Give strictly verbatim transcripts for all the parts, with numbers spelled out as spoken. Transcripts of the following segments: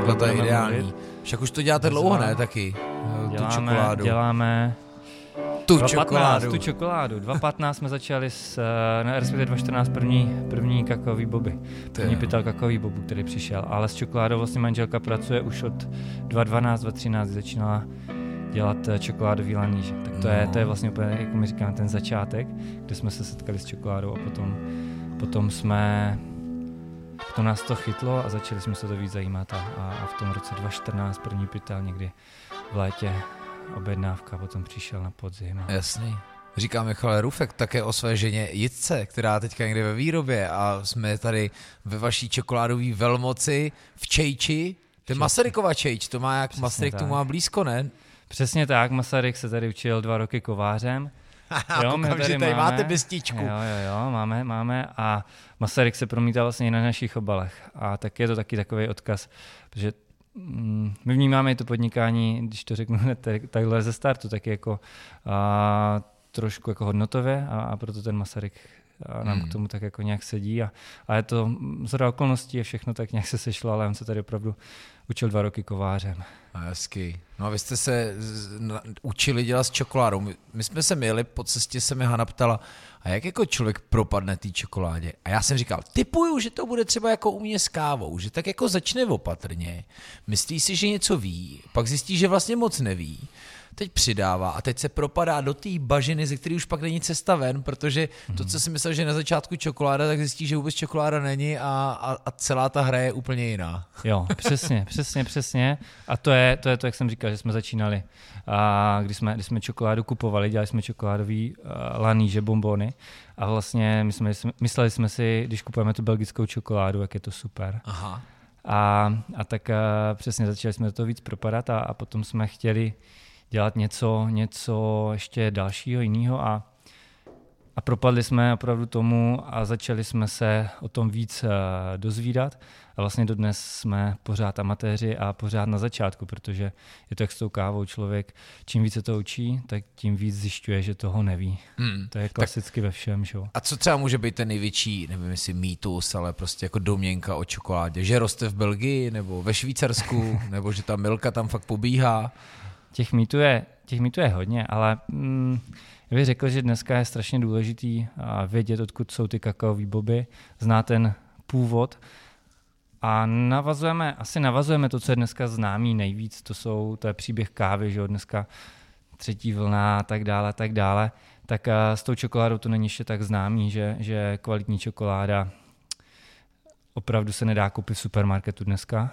takhle to je ideální. Však už to děláte dlouho, ne, taky? Děláme, tu čokoládu. Děláme tu dva čokoládu. patnáct, tu čokoládu. dva patnáct jsme začali s, na respektive dva čtrnáct první, první kakaový boby. První pytel kakaový bobu, který přišel. Ale s čokoládou vlastně manželka pracuje už od dva dvanáct, dva třináct, začínala dělat čokoládový laníže. Tak to, no. je, to je vlastně úplně, jako my říkáme, ten začátek, kde jsme se setkali s čokoládou a potom, potom jsme, potom nás to chytlo a začali jsme se to víc zajímat a, a v tom roce dva čtrnáct první pytel někdy v létě objednávka, potom přišel na podzim. Jasný. Říká Michal Rufek také o své ženě Jitce, která teďka někde ve výrobě a jsme tady ve vaší čokoládové velmoci v Čejči. To je Masarykova Čejč, to má jak Masaryk, tu má blízko, ne? Přesně tak, Masaryk se tady učil dva roky kovářem. Jo, koukám, tady že tady máme, máte bestičku. Jo, jo, jo, máme, máme a Masaryk se promítá vlastně i na našich obalech. A tak je to taky takový odkaz, protože mm, my vnímáme i to podnikání, když to řeknu takhle ze startu, tak jako a, trošku jako hodnotově a, a proto ten Masaryk a nám hmm. k tomu tak jako nějak sedí a, a je to zhruba okolností a všechno tak nějak se sešlo, ale on se tady opravdu učil dva roky kovářem. A hezky. No a vy jste se z, na, učili dělat s čokoládou. My, my jsme se měli, po cestě se mi Hana ptala, a jak jako člověk propadne té čokoládě? A já jsem říkal, typuju, že to bude třeba jako u mě s kávou, že tak jako začne opatrně, myslí si, že něco ví, pak zjistí, že vlastně moc neví, teď přidává a teď se propadá do té bažiny, ze které už pak není cesta ven, protože to, co si myslel, že na začátku čokoláda, tak zjistí, že vůbec čokoláda není a, a, a celá ta hra je úplně jiná. Jo, přesně, přesně, přesně. A to je, to je to, jak jsem říkal, že jsme začínali. A když jsme, když jsme čokoládu kupovali, dělali jsme čokoládový uh, laníže, bonbony a vlastně my jsme, mysleli jsme si, když kupujeme tu belgickou čokoládu, jak je to super. Aha. A, a tak uh, přesně začali jsme do toho víc propadat a, a potom jsme chtěli dělat něco, něco ještě dalšího, jiného a, a propadli jsme opravdu tomu a začali jsme se o tom víc uh, dozvídat a vlastně dodnes jsme pořád amatéři a pořád na začátku, protože je to jak s tou kávou, člověk čím více to učí, tak tím víc zjišťuje, že toho neví. Hmm. To je klasicky tak ve všem. Že? A co třeba může být ten největší, nevím jestli mýtus, ale prostě jako domněnka o čokoládě, že roste v Belgii nebo ve Švýcarsku, nebo že ta Milka tam fakt pobíhá? Těch mýtů je, těch mýtů je hodně, ale mm, já bych řekl, že dneska je strašně důležitý vědět, odkud jsou ty kakaový boby, znát ten původ a navazujeme, asi navazujeme to, co je dneska známý nejvíc, to jsou, to je příběh kávy, že jo, dneska třetí vlna a tak dále, tak dále, tak s tou čokoládou to není ještě tak známý, že, že kvalitní čokoláda opravdu se nedá koupit v supermarketu dneska,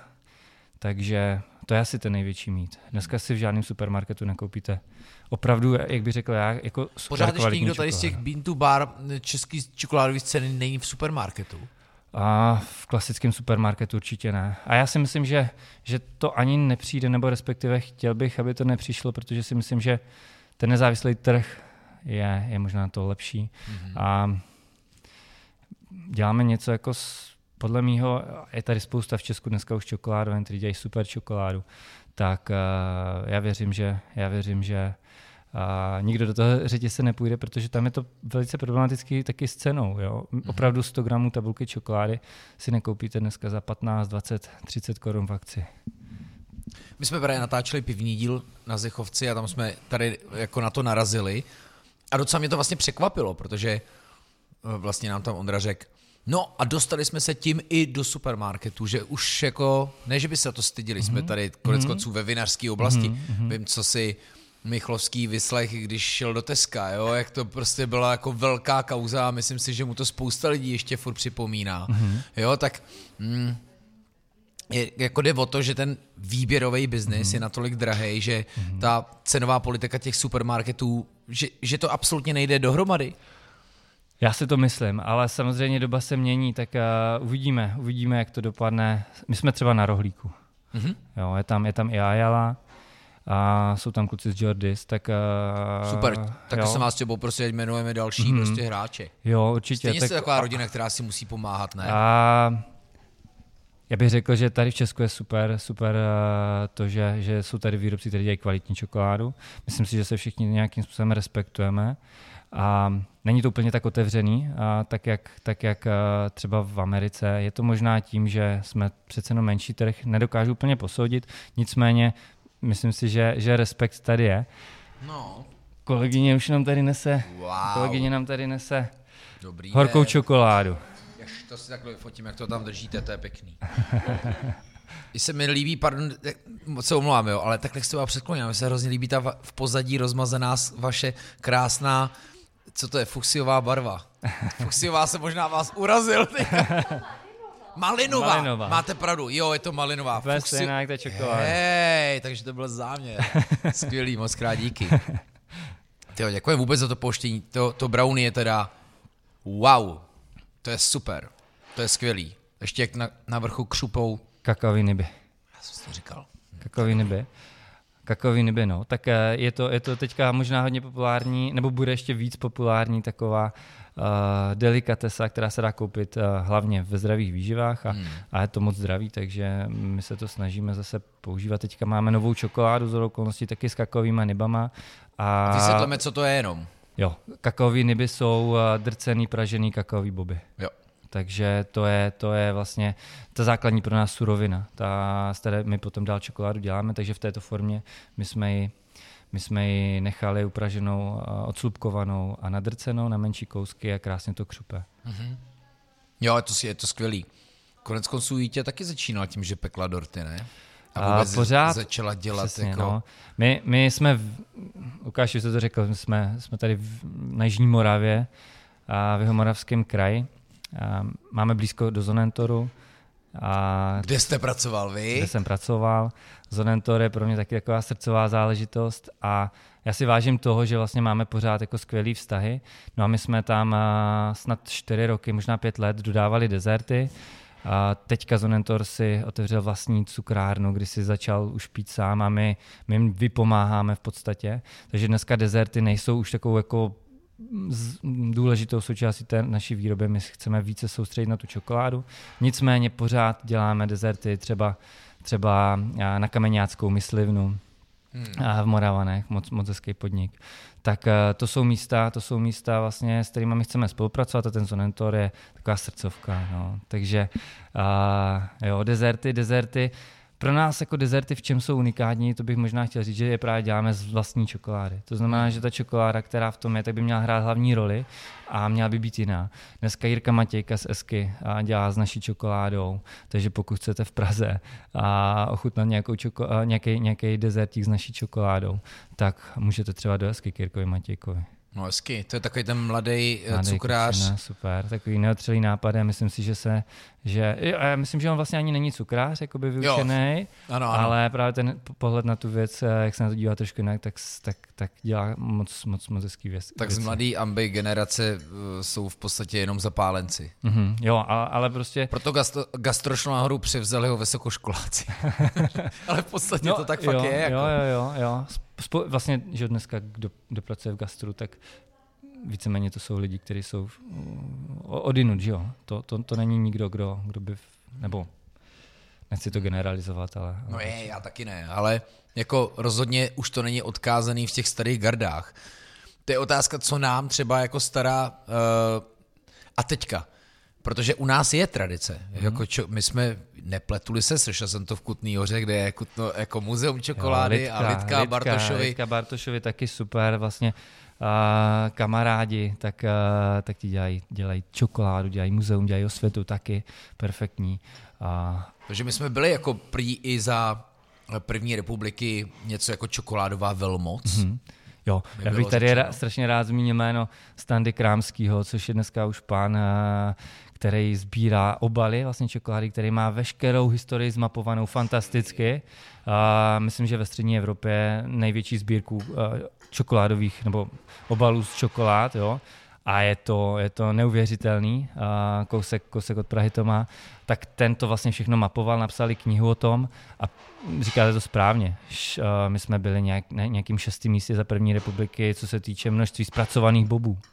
takže to je asi ten největší mýt. Dneska si v žádném supermarketu nekoupíte. Opravdu, jak bych řekl já, jako super pořád ještě nikdo tady čokoláda. Z těch Bean to Bar český čokoládový scény není v supermarketu? A v klasickém supermarketu určitě ne. A já si myslím, že, že to ani nepřijde, nebo respektive chtěl bych, aby to nepřišlo, protože si myslím, že ten nezávislý trh je, je možná to lepší. Mm-hmm. A děláme něco jako s podle mýho, je tady spousta v Česku dneska už čokoládoven, kteří dělají super čokoládu, tak uh, já věřím, že, já věřím, že uh, nikdo do toho řetězce nepůjde, protože tam je to velice problematický taky s cenou. Jo? Opravdu sto gramů tabulky čokolády si nekoupíte dneska za patnáct, dvacet, třicet korun v akci. My jsme právě natáčeli pivní díl na Zechovci a tam jsme tady jako na to narazili a docela mě to vlastně překvapilo, protože vlastně nám tam Ondra řekl, no a dostali jsme se tím i do supermarketu, že už jako, ne že by se to stydili, mm-hmm. jsme tady konec konců ve vinařské oblasti, mm-hmm. vím, co si Michlovský vyslech, když šel do Teska, jo, jak to prostě byla jako velká kauza a myslím si, že mu to spousta lidí ještě furt připomíná, mm-hmm. jo, tak mm, je, jako jde o to, že ten výběrový biznis mm-hmm. je natolik drahej, že mm-hmm. ta cenová politika těch supermarketů, že, že to absolutně nejde dohromady. Já si to myslím, ale samozřejmě doba se mění, tak uh, uvidíme, uvidíme, jak to dopadne. My jsme třeba na rohlíku. Mm-hmm. Jo, je tam, je tam i Ayala a jsou tam kluci z Jordis, tak... Uh, super, tak se vás třeba prostě jmenujeme další mm-hmm. prostě hráče. Jo, určitě. Stejně tak, jste taková rodina, která si musí pomáhat, ne? A já bych řekl, že tady v Česku je super, super uh, to, že, že jsou tady výrobci, kteří dělají kvalitní čokoládu. Myslím si, že se všichni nějakým způsobem respektujeme. A není to úplně tak otevřený, a tak, jak, tak jak třeba v Americe. Je to možná tím, že jsme přece jenom menší trh, nedokážu úplně posoudit, nicméně myslím si, že, že respekt tady je. No. Kolegyně už nám tady nese, Wow. kolegyně nám tady nese Dobrý horkou den. čokoládu. Jaž to si takhle fotím, jak to tam držíte, to je pěkný. I se mi líbí, pardon, moc se omlouvám, jo, ale takhle se vám předkloním, mi se hrozně líbí ta va- v pozadí rozmazená vaše krásná, co to je, fuchsiová barva. Fuchsiová se možná vás urazil. Malinová. Malinová. Máte pravdu, jo, je to malinová. Úplně Fuchsi... stejná jak ta čokoláda. Hej, takže to byl záměr. Skvělý, moc krát díky. Tyjo, děkuji vůbec za to pouštění. To, to brownie je teda wow, to je super, to je skvělý. Ještě jak na, na vrchu křupou. Kakaový niby. Já jsem si to říkal. Kakaový niby. Kakaový niby, no. Tak je to, je to teďka možná hodně populární, nebo bude ještě víc populární taková uh, delikatesa, která se dá koupit uh, hlavně ve zdravých výživách a, hmm. a je to moc zdravý, takže my se to snažíme zase používat. Teďka máme novou čokoládu z okolností taky s kakaovýma nibama. A vysvětleme, co to je jenom. Jo, kakaový niby jsou uh, drcený, pražený kakaový boby. Jo. Takže to je, to je vlastně ta základní pro nás surovina, ta, z které my potom dál čokoládu děláme, takže v této formě my jsme ji, my jsme ji nechali upraženou, odslupkovanou a nadrcenou na menší kousky a krásně to křupe. Mm-hmm. Jo, je to, je to skvělý. Konec konců Jítě taky začínal tím, že pekla dorty, ne? A vůbec a pořád začala dělat přesně, jako... No. My, my jsme, v, Lukáš, jsi to řekl, my jsme, jsme tady v, na Jižní Moravě a v Jihomoravském kraji. A máme blízko do Zonentoru. A kde jste pracoval vy? Kde jsem pracoval. Zonentor je pro mě taky taková srdcová záležitost a já si vážím toho, že vlastně máme pořád jako skvělý vztahy. No a my jsme tam snad čtyři roky, možná pět let dodávali dezerty. A teďka Zonentor si otevřel vlastní cukrárnu, kdy si začal už pít sám a my, my jim vypomáháme v podstatě. Takže dneska dezerty nejsou už takovou jako důležitou součástí té naší výroby. My chceme více soustředit na tu čokoládu. Nicméně pořád děláme dezerty třeba, třeba na Kameňáckou myslivnu hmm. a v Moravanech, moc, moc hezký podnik. Tak to jsou místa, to jsou místa vlastně, s kterými my chceme spolupracovat a ten Zonentor je taková srdcovka. No. Takže a, jo, dezerty, dezerty. Pro nás jako dezerty, v čem jsou unikátní, to bych možná chtěl říct, že je právě děláme z vlastní čokolády. To znamená, že ta čokoláda, která v tom je, tak by měla hrát hlavní roli a měla by být jiná. Dneska Jirka Matějka z Esky dělá s naší čokoládou, takže pokud chcete v Praze a ochutnat nějakou čoko, nějaký, nějaký dezertík s naší čokoládou, tak můžete třeba do Esky k Jirkovi Matějkovi. No hezky, to je takový ten mladý cukrář. Kucina, super, takový neotřelý nápad a myslím si, že se, že, já myslím, že on vlastně ani není cukrář, jakoby vyučený, ano, ano. Ale právě ten pohled na tu věc, jak se na to dívá trošku jinak, tak, tak, tak dělá moc, moc, moc hezký věc. Tak z mladý ambi generace uh, jsou v podstatě jenom zapálenci. Mm-hmm, jo, ale, ale prostě... Proto gastro, gastrošlo nahoru převzali ho vysokoškoláci. Ale v podstatě no, to tak jo, fakt je. Jako. Jo, jo, jo, jo. Spo, vlastně, že dneska, kdo, kdo pracuje v gastru, tak víceméně to jsou lidi, kteří jsou odinut, že jo. To, to, to není nikdo, kdo, kdo by, nebo nechci to generalizovat, ale... No je, já taky ne, ale jako rozhodně už to není odkázaný v těch starých gardách. To je otázka, co nám třeba jako stará uh, a teďka. Protože u nás je tradice. Mm-hmm. Jako čo, my jsme nepletuli se, slyšel jsem to v Kutný Hoře, kde je Kutno, jako muzeum čokolády jo, Lidka, a Lidka, Lidka Bartošovi. Lidka Bartošovi taky super, vlastně a kamarádi, tak, a, tak ti dělají, dělají čokoládu, dělají muzeum, dělají osvětu taky, perfektní. A... Takže my jsme byli jako prý i za první republiky něco jako čokoládová velmoc. Mm-hmm. Jo, já bych tady řečeno. strašně rád zmínil jméno Standy Krámskýho, což je dneska už pán, který sbírá obaly vlastně čokolády, který má veškerou historii zmapovanou fantasticky. A myslím, že ve střední Evropě největší sbírku čokoládových nebo obalů z čokolád, jo. A je to, je to neuvěřitelný, a kousek, kousek od Prahy to má, tak ten to vlastně všechno mapoval, napsali knihu o tom a říkáte to správně. My jsme byli nějak, ne, nějakým šestým místě za první republiky, co se týče množství zpracovaných bobů.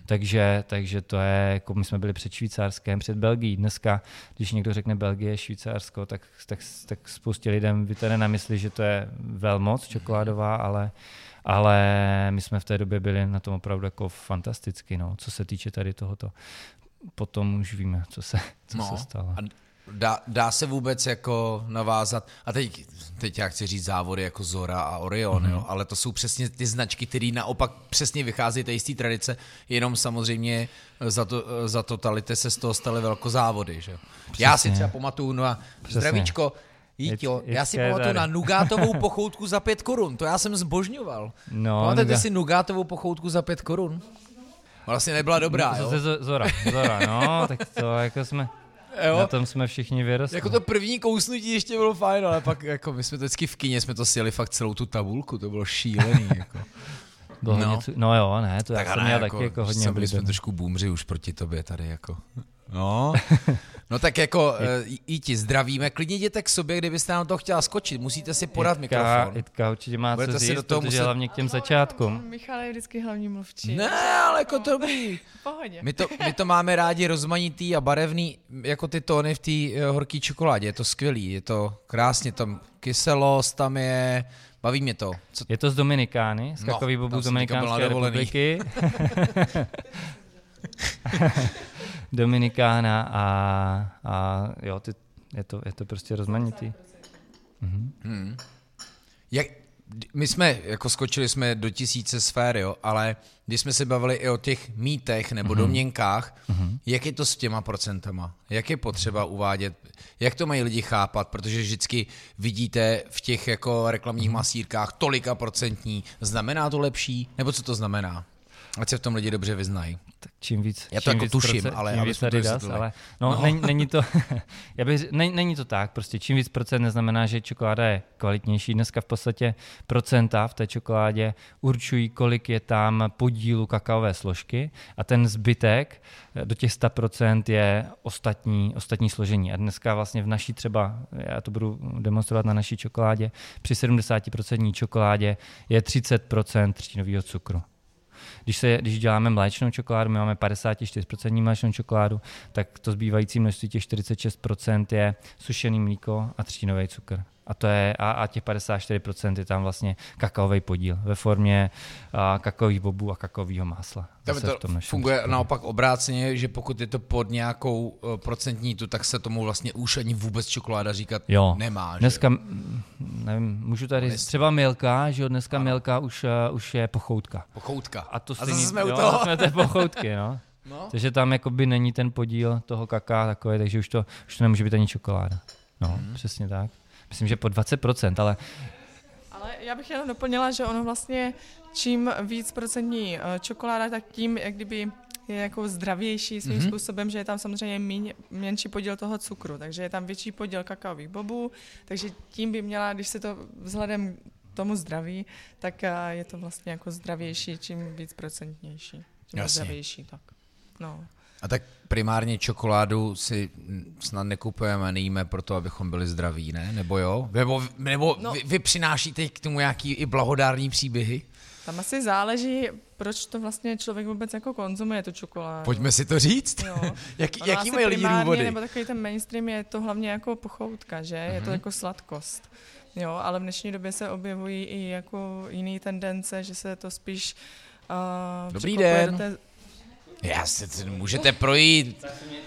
Takže, takže to je, jako my jsme byli před Švýcarskem, před Belgií. Dneska, když někdo řekne Belgie, Švýcarsko, tak, tak, tak spoustě lidem vytane na mysli, že to je velmoc čokoládová, ale, ale my jsme v té době byli na tom opravdu jako fantasticky, no, co se týče tady tohoto. Potom už víme, co se, co no, se stalo. Dá, dá se vůbec jako navázat, a teď, teď já chci říct závody jako Zora a Orion, mm-hmm. jo, ale to jsou přesně ty značky, které naopak přesně vycházejí z té tradice, jenom samozřejmě za, to, za totality se z toho staly velkozávody. Že? Já si třeba pamatuju, no a přesně. Zdravíčko, Jíťo, já si pamatuju na nugátovou pochoutku za pět korun, to já jsem zbožňoval. No, pamatujete nuga... si nugátovou pochoutku za pět korun? Vlastně nebyla dobrá, no, jo? Zora, Zora, no, tak to jako jsme... Jo? Na tom jsme všichni vyrostli. Jako to první kousnutí ještě bylo fajn, ale pak jako my jsme to vždycky v kině, jsme to sjeli fakt celou tu tabulku, to bylo šílený. Jako. Bylo no. Něco, no jo, ne, to tak já jsem měl jako, taky jako hodně byli jsme trošku boomři už proti tobě tady jako. No, no tak jako i ti zdravíme, klidně jděte k sobě, kdybyste nám to chtěla skočit, musíte si podat Jitka, mikrofon. Jitka určitě má Budete co říct, protože muset... hlavně k těm začátkům. Michal je vždycky hlavní mluvčí. Ne, ale jako to by. Pohodě. My to, my to máme rádi rozmanitý a barevný, jako ty tóny v té horké čokoládě, je to skvělý, je to krásně, tam kyselost tam je, baví mě to. Co... Je to z Dominikány, z kakový bobů z Dominikánské republiky. Dominikána a, a jo, ty, je, to, je to prostě rozmanitý. Mhm. Hmm. Jak, my jsme, jako skočili jsme do tisíce sfér, jo, ale když jsme se bavili i o těch mýtech nebo mm-hmm. domněnkách, mm-hmm. jak je to s těma procentama? Jak je potřeba uvádět? Jak to mají lidi chápat? Protože vždycky vidíte v těch jako reklamních mm-hmm. masírkách tolika procentní. Znamená to lepší? Nebo co to znamená? Ať se v tom lidi dobře vyznají. Tak čím víc, já to čím jako víc tuším, procent, ale čím víc tady das, ale no, no. Není, není to, já bych, není, není to tak, prostě čím víc procent neznamená, že čokoláda je kvalitnější. Dneska v podstatě procenta v té čokoládě určují, kolik je tam podílu kakaové složky a ten zbytek do těch sto procent je ostatní, ostatní složení. A dneska vlastně v naší třeba, já to budu demonstrovat na naší čokoládě, při sedmdesát procent čokoládě je třicet procent třtinového cukru. Když, se, když děláme mléčnou čokoládu, my máme padesát čtyři procent mléčnou čokoládu, tak to zbývající množství těch čtyřicet šest procent je sušený mlíko a třtinový cukr. A, to je, a, a těch padesát čtyři procent je tam vlastně kakaový podíl ve formě a, kakaových bobů a kakaového másla. To funguje cukru. Naopak obráceně, že pokud je to pod nějakou uh, procentní tu, tak se tomu vlastně už ani vůbec čokoláda říkat jo. nemá. Dneska, že? nevím, můžu tady říct, třeba Milka, že jo, dneska ano. Milka už, uh, už je pochoutka. Pochoutka. A to a zase jsme jo, u toho. jsme té pochoutky, no. no. Takže tam jakoby není ten podíl toho kaká takový, takže už to, už to nemůže být ani čokoláda. No, hmm. přesně tak. Myslím, že po dvacet procent, ale... Ale já bych jenom doplnila, že ono vlastně čím víc procentní čokoláda, tak tím jak kdyby je jako zdravější svým mm-hmm. způsobem, že je tam samozřejmě míň, menší podíl toho cukru, takže je tam větší podíl kakaových bobů, takže tím by měla, když se to vzhledem tomu zdraví, tak je to vlastně jako zdravější, čím víc procentnější. Čím zdravější, tak. No. A tak primárně čokoládu si snad nekupujeme a nejíme proto, abychom byli zdraví, ne? Nebo jo? Nebo, nebo no. vy, vy přinášíte k tomu nějaký i blahodárný příběhy? Tam asi záleží, proč to vlastně člověk vůbec jako konzumuje tu čokoládu. Pojďme si to říct. Jak, jaký mají lidi důvody? Nebo takový ten mainstream je to hlavně jako pochoutka, že? Uh-huh. Je to jako sladkost. Jo, ale v dnešní době se objevují i jako jiné tendence, že se to spíš uh, Dobrý den. Do té... Já se, můžete projít.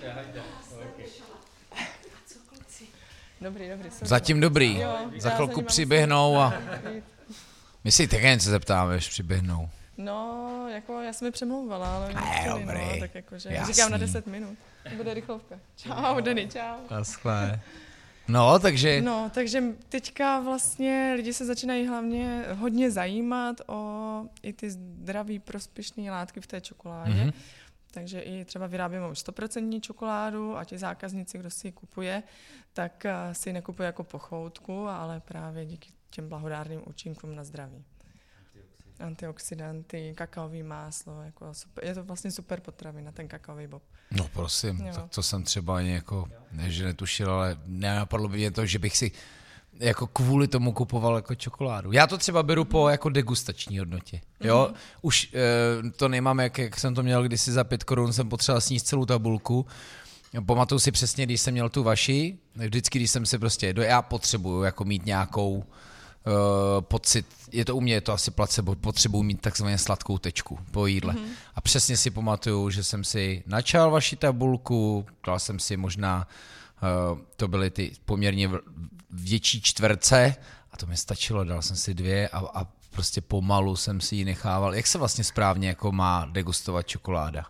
Dobrý, dobrý. Zatím dobrý. Jo, za chvilku přiběhnou a... My si také se zeptáme, až přiběhnou. No, jako já jsem mi přemlouvala, ale... Ne, dobrý. No, tak jakože, říkám na deset minut. Bude rychlovka. Čau, Dani, čau. Naschle. No, takže... No, takže teďka vlastně lidi se začínají hlavně hodně zajímat o i ty zdraví prospěšné látky v té čokoládě. Mm-hmm. Takže i třeba vyrábíme už sto procent čokoládu a ti zákazníci, kdo si ji kupuje, tak si ji nekupuje jako pochoutku, ale právě díky těm blahodárným účinkům na zdraví. Antioxidanty, kakaový máslo, jako super, je to vlastně super potravina, ten kakaový bob. No prosím, tak to jsem třeba ani jako, ne, že netušil, ale nenapadlo by mě to, že bych si jako kvůli tomu kupoval jako čokoládu. Já to třeba beru po jako degustační hodnotě. Jo? Mm. Už e, to nemám, jak, jak jsem to měl kdysi za pět korun, jsem potřeboval sníst celou tabulku. Pamatuju si přesně, když jsem měl tu vaši, vždycky, když jsem si prostě, já potřebuju jako mít nějakou Uh, pocit, je to u mě, je to asi placebo, potřebuji mít takzvaně sladkou tečku po jídle. Mm-hmm. A přesně si pamatuju, že jsem si načal vaši tabulku, dal jsem si možná, uh, to byly ty poměrně větší čtverce a to mi stačilo, dal jsem si dvě a, a prostě pomalu jsem si ji nechával. Jak se vlastně správně jako má degustovat čokoláda?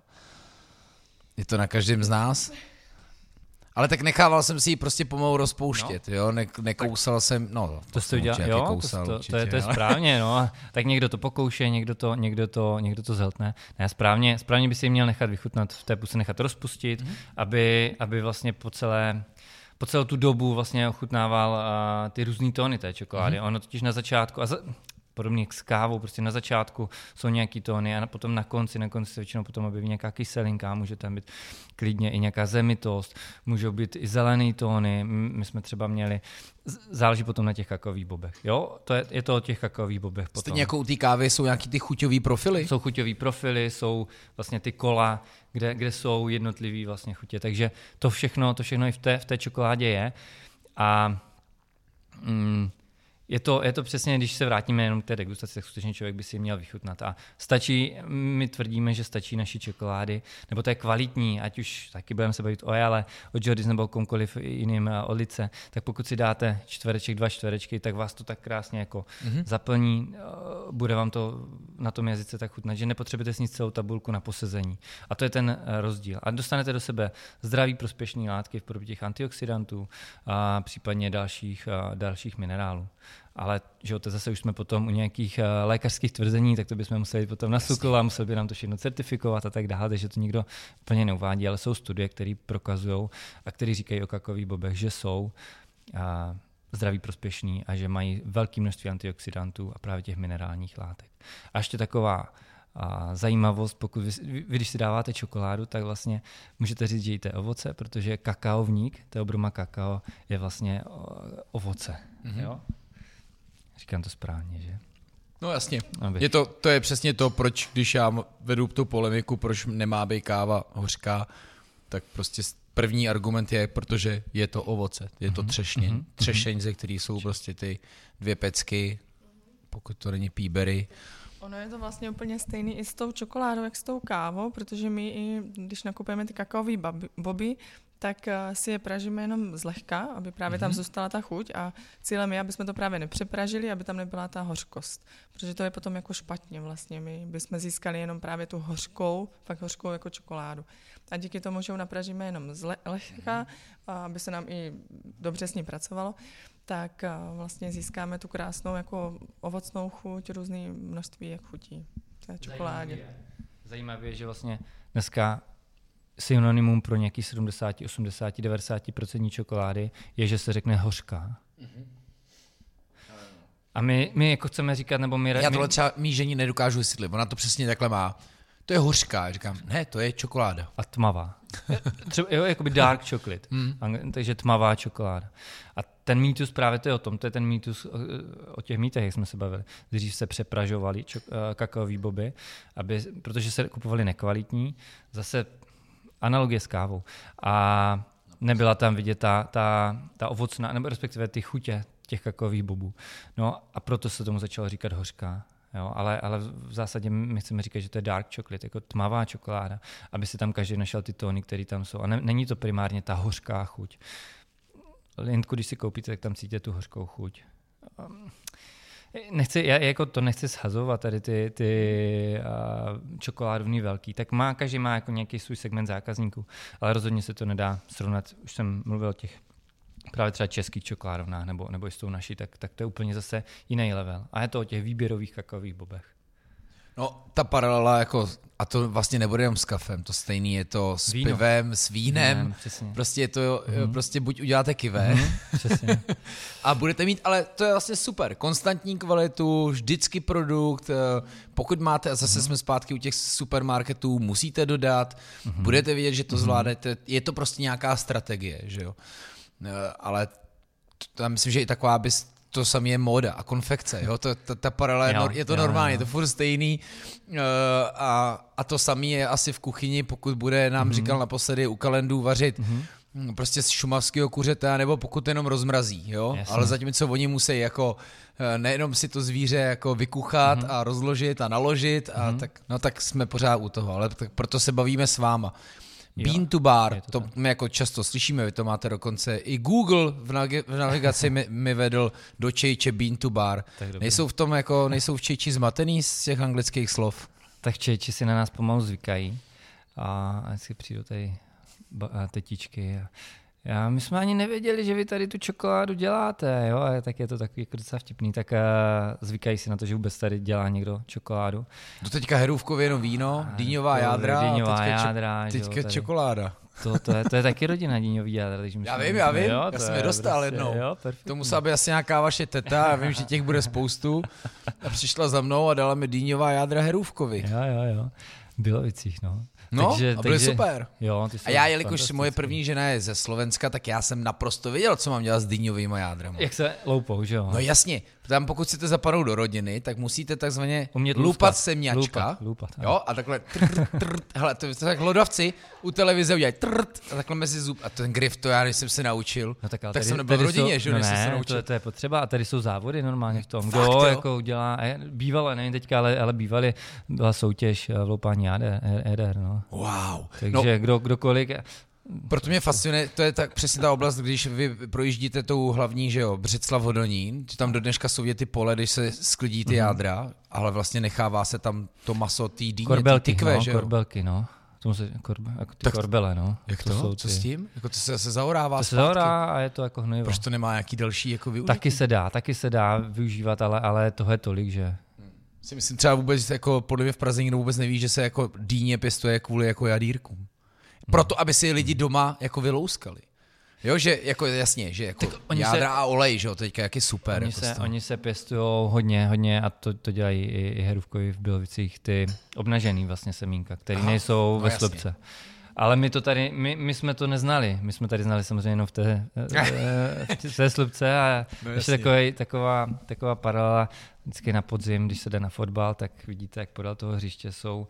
Je to na každém z nás? Ale tak nechával jsem si ji prostě pomalu rozpouštět, no. jo, ne, nekousal tak jsem, no. To, to jste udělal, jo, kousal, to, určitě, to, je, to je správně, no. Tak někdo to pokouše, někdo to, někdo to, někdo to zhltne. Ne, správně, správně by si ji měl nechat vychutnat, v té puse nechat rozpustit, mm-hmm. aby, aby vlastně po celé, po celou tu dobu vlastně ochutnával uh, ty různý tóny té čokolády. Mm-hmm. Ono totiž na začátku, a za, podobně s kávou, prostě na začátku jsou nějaký tóny a potom na konci, na konci se většinou potom objeví nějaká kyselinka, může tam být klidně i nějaká zemitost, můžou být i zelený tóny, my jsme třeba měli, záleží potom na těch kakaových bobech, jo, to je, je to o těch kakaových bobech potom. Stejně jako u té kávy jsou nějaký ty chuťový profily? Jsou chuťový profily, jsou vlastně ty kola, kde, kde jsou jednotlivý vlastně chutě, takže to všechno, to všechno i v té, v té čokoládě je a mm, Je to, je to přesně, když se vrátíme jenom k té degustaci, tak skutečně člověk by si měl vychutnat. A stačí, my tvrdíme, že stačí naší čokolády, nebo to je kvalitní, ať už taky budeme se bavit o Jale, o Jordis nebo o komkoliv jiným, o Lice, tak pokud si dáte čtvereček, dva čtverečky, tak vás to tak krásně jako mm-hmm. zaplní, bude vám to na tom jazyce tak chutnat, že nepotřebujete sníst celou tabulku na posezení. A to je ten rozdíl. A dostanete do sebe zdraví prospěšné látky v podobě těch antioxidantů a případně dalších, a dalších minerálů. Ale že to zase už jsme potom u nějakých uh, lékařských tvrzení, tak to bychom museli potom na SÚKL a museli by nám to všechno certifikovat a tak dále, takže to nikdo úplně neuvádí, ale jsou studie, které prokazují a které říkají o kakaových bobech, že jsou uh, zdraví prospěšný a že mají velké množství antioxidantů a právě těch minerálních látek. A ještě taková a zajímavost, pokud vy, vy, když si dáváte čokoládu, tak vlastně můžete říct, že jíte ovoce, protože kakaovník, Theobroma kakao, je vlastně ovoce. Mm-hmm. Jo? Říkám to správně, že? No jasně. Je to, to je přesně to, proč, když já vedu tu polemiku, proč nemá být káva hořká, tak prostě první argument je, protože je to ovoce, je to třešně. Mm-hmm. Třešeň, ze který jsou prostě ty dvě pecky, pokud to není píbery. Ono je to vlastně úplně stejný i s tou čokoládou, jak s tou kávou, protože my i, když nakupujeme ty kakaový boby, tak si je pražíme jenom zlehka, aby právě mm-hmm. tam zůstala ta chuť a cílem je, aby jsme to právě nepřepražili, aby tam nebyla ta hořkost, protože to je potom jako špatně vlastně, my bychom získali jenom právě tu hořkou, fakt hořkou jako čokoládu. A díky tomu, že ho napražíme jenom zlehka, aby se nám i dobře s ní pracovalo, tak vlastně získáme tu krásnou jako ovocnou chuť, různý množství jak chutí té čokoládě. Zajímavé je, že vlastně dneska synonymum pro nějaký sedmdesát, osmdesát, devadesát procent čokolády je, že se řekne hořká. Mm-hmm. A my, my jako chceme říkat, nebo my... Já tohle třeba mý žení nedokážu vysvětlit, ona to přesně takhle má. To je hořká, říkám, ne, to je čokoláda. A tmavá. Třeba, jo, jakoby dark chocolate, mm. takže tmavá čokoláda. A ten mýtus právě to je o tom, to je ten mýtus o, o těch mýtech, jak jsme se bavili. Dřív se přepražovaly kakaový boby, aby, protože se kupovaly nekvalitní, zase analogie s kávou. A nebyla tam vidět ta, ta, ta ovocná, nebo respektive ty chutě těch kakaových bobů. No a proto se tomu začalo říkat hořká. Jo, ale, ale v zásadě my chceme říkat, že to je dark chocolate, jako tmavá čokoláda, aby si tam každý našel ty tóny, které tam jsou. A ne, není to primárně ta hořká chuť. Lintku, když si koupíte, tak tam cítíte tu hořkou chuť. Nechci, já jako to nechci shazovat tady ty, ty uh, čokoládovný velký, tak má, každý má jako nějaký svůj segment zákazníků, ale rozhodně se to nedá srovnat. Už jsem mluvil o těch právě třeba českých čokoládovnách nebo, nebo i s tou naší, tak, tak to je úplně zase jiný level. A je to o těch výběrových kakaových bobech. No, ta paralela, jako, a to vlastně nebude jenom s kafem, to stejný je to s Víno. pivem, s vínem, Vínem, prostě je to, mm-hmm. prostě buď uděláte kivé mm-hmm, a budete mít, ale to je vlastně super, konstantní kvalitu, vždycky produkt, pokud máte, a zase mm-hmm. jsme zpátky u těch supermarketů, musíte dodat, mm-hmm. budete vědět, že to mm-hmm. zvládnete, je to prostě nějaká strategie, že jo, ale to, já myslím, že i taková bys, to samé je móda a konfekce, jo, to, to, ta paralela, jo, je to jo, normální, jo. Je to furt stejný uh, a, a to samé je asi v kuchyni, pokud bude, nám mm-hmm. říkal naposledy u kalendů vařit mm-hmm. prostě z šumavského kuřete, nebo pokud jenom rozmrazí, jo, Jasně. ale zatímco oni musí jako nejenom si to zvíře jako vykuchat mm-hmm. a rozložit a naložit, a mm-hmm. tak, no tak jsme pořád u toho, ale tak proto se bavíme s váma. Bean to bar, to, to my jako často slyšíme, vy to máte dokonce, i Google v, navig- v navigaci mi, mi vedl do Čejče Bean to bar. Nejsou v tom jako, nejsou v Čejči zmatený z těch anglických slov? Tak Čejči si na nás pomalu zvykají a vždycky přijdou tady tetičky a já, my jsme ani nevěděli, že vy tady tu čokoládu děláte, jo, a tak je to takový jako docela vtipný, tak uh, zvykají si na to, že vůbec tady dělá někdo čokoládu. To teďka herůvkově jenom víno, dýňová jádra, dýňová teďka, jádra, čo, teďka čokoláda. To, to, je, to je taky rodina dýňový jádra. Takže já vím, já vím, jo, já jsem je dostal prostě, jednou. Jo, to musela být asi nějaká vaše teta, já vím, že těch bude spoustu. A přišla za mnou a dala mi dýňová jádra herůvkovi. Jo, jo, jo, v Bílovicích, no. No, takže, a byly takže, super. Jo, a já, jelikož moje první žena je ze Slovenska, tak já jsem naprosto věděl, co mám dělat s dýňovýma jádrama. Jak se loupou, že jo? No jasně, tam pokud chcete zapadnout do rodiny, tak musíte takzvaně lupat semňačka. Lupat, jo, a takhle trt, trt, hele, to je tak hlodavci u televize udělají trt, a takhle mezi zub. A ten grif, to já než jsem se naučil, no, tak, tak tady, jsem nebyl v rodině, jsou, že no než ne, jsem se naučil. To, to je potřeba a tady jsou závody normálně v tom. Fakt, kdo jo? jako udělá, bývalo, nevím teďka, ale, ale bývaly, byla soutěž v loupání jader, no. Wow. Takže no, kdo, kdokoliv... Proto mě fascinuje, to je tak přesně ta oblast, když vy projíždíte tou hlavní, že jo, Břeclav Hodonín, že tam do dneška jsou ty pole, když se sklidí ty mm-hmm. jádra, ale vlastně nechává se tam to maso, ty dýně, korbelky, ty tykve, no, že jo? Korbelky, no. Tomu se, korbe, jako ty tak, korbele, no. Jak to? to? Co ty, s tím? Jako to se zase zaorává To se zaorá a je to jako hnojivo. Proč to nemá nějaký další jako využití? Taky se dá, taky se dá využívat, ale, ale toho je tolik, že... Si myslím třeba vůbec, jako podle mě v Praze nikdo vůbec neví, že se jako dýně pěstuje kvůli jako jadýrkům. Proto, aby si lidi doma jako vylouskali. Jo, že jako jasně, že jako jádra se, a olej, že jo, teďka jak je super. Oni, jako se, oni se pěstujou hodně, hodně a to, to dělají i, i herůvkovi v Bílovicích, ty obnažený vlastně semínka, které nejsou no ve slupce. Ale my to tady, my, my jsme to neznali. My jsme tady znali samozřejmě jenom v té, v té slupce a no ještě takový, taková, taková paralela vždycky na podzim, když se jde na fotbal, tak vidíte, jak podél toho hřiště jsou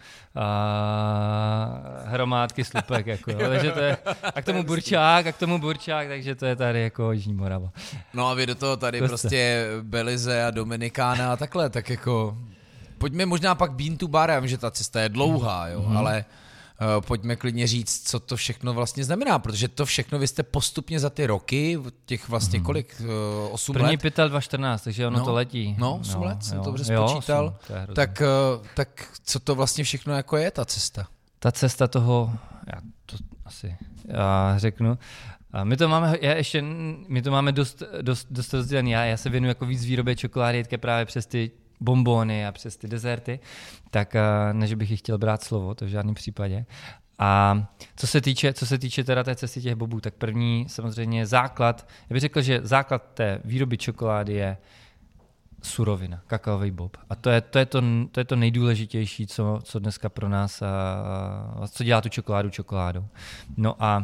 a, hromádky slupek. Jako, jo. Takže to je, a k tomu burčák, a k tomu burčák, takže to je tady jako Jižní Morava. No a vy do toho tady prostě, prostě Belize a Dominikána a takhle, tak jako pojďme možná pak Bean to bar, já vím, že ta cesta je dlouhá, jo, mm-hmm. ale Uh, pojďme klidně říct, co to všechno vlastně znamená, protože to všechno vy jste postupně za ty roky, těch vlastně kolik, uh, osm První let? První pytel dva čtrnáct, takže ono no, to letí. No, osm no, let jsem jo, to dobře spočítal. Jo, osm, tak, uh, tak co to vlastně všechno jako je ta cesta? Ta cesta toho, já to asi já řeknu, a my to máme, já ještě, my to máme dost, dost, dost rozdělený. Já, já se věnuji jako víc výrobě čokolády právě přes ty bonbony a přes ty dezerty, tak než bych jich chtěl brát slovo, to v žádném případě. A co se týče, co se týče teda té cesty těch bobů, tak první samozřejmě základ, já bych řekl, že základ té výroby čokolády je surovina, kakaový bob. A to je to, je to, to, je to nejdůležitější, co, co dneska pro nás, a, a, co dělá tu čokoládu čokoládou. No a,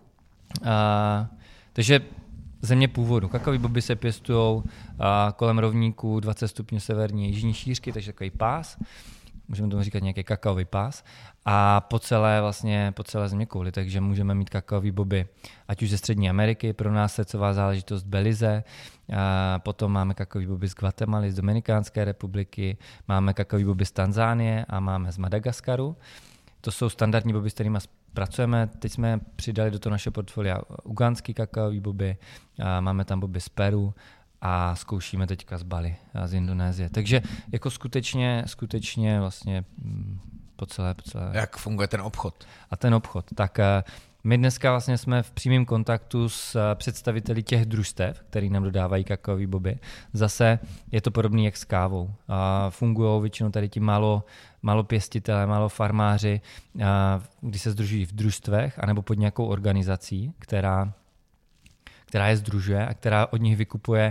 a takže země původu. Kakaový boby se pěstují kolem rovníků dvacet stupňů severní jižní šířky, takže takový pás. Můžeme tomu říkat nějaký kakaový pás. A po celé vlastně po celé země kouli, takže můžeme mít kakaový boby, ať už ze Střední Ameriky, pro nás srdcová záležitost Belize, a potom máme kakaový boby z Guatemaly, z Dominikánské republiky, máme kakaový boby z Tanzánie a máme z Madagaskaru. To jsou standardní boby, s kterými pracujeme. Teď jsme přidali do toho naše portfolia ugandský kakaový boby, a máme tam boby z Peru a zkoušíme teďka z Bali a z Indonésie. Takže jako skutečně, skutečně vlastně po celé, po celé... Jak funguje ten obchod? A ten obchod. Tak my dneska vlastně jsme v přímém kontaktu s představiteli těch družstev, který nám dodávají kakaový boby. Zase je to podobné jak s kávou. Fungují většinou tady ti málo, málo pěstitelé, málo farmáři, když se sdružují v družstvech anebo pod nějakou organizací, která, která je sdružuje a která od nich vykupuje,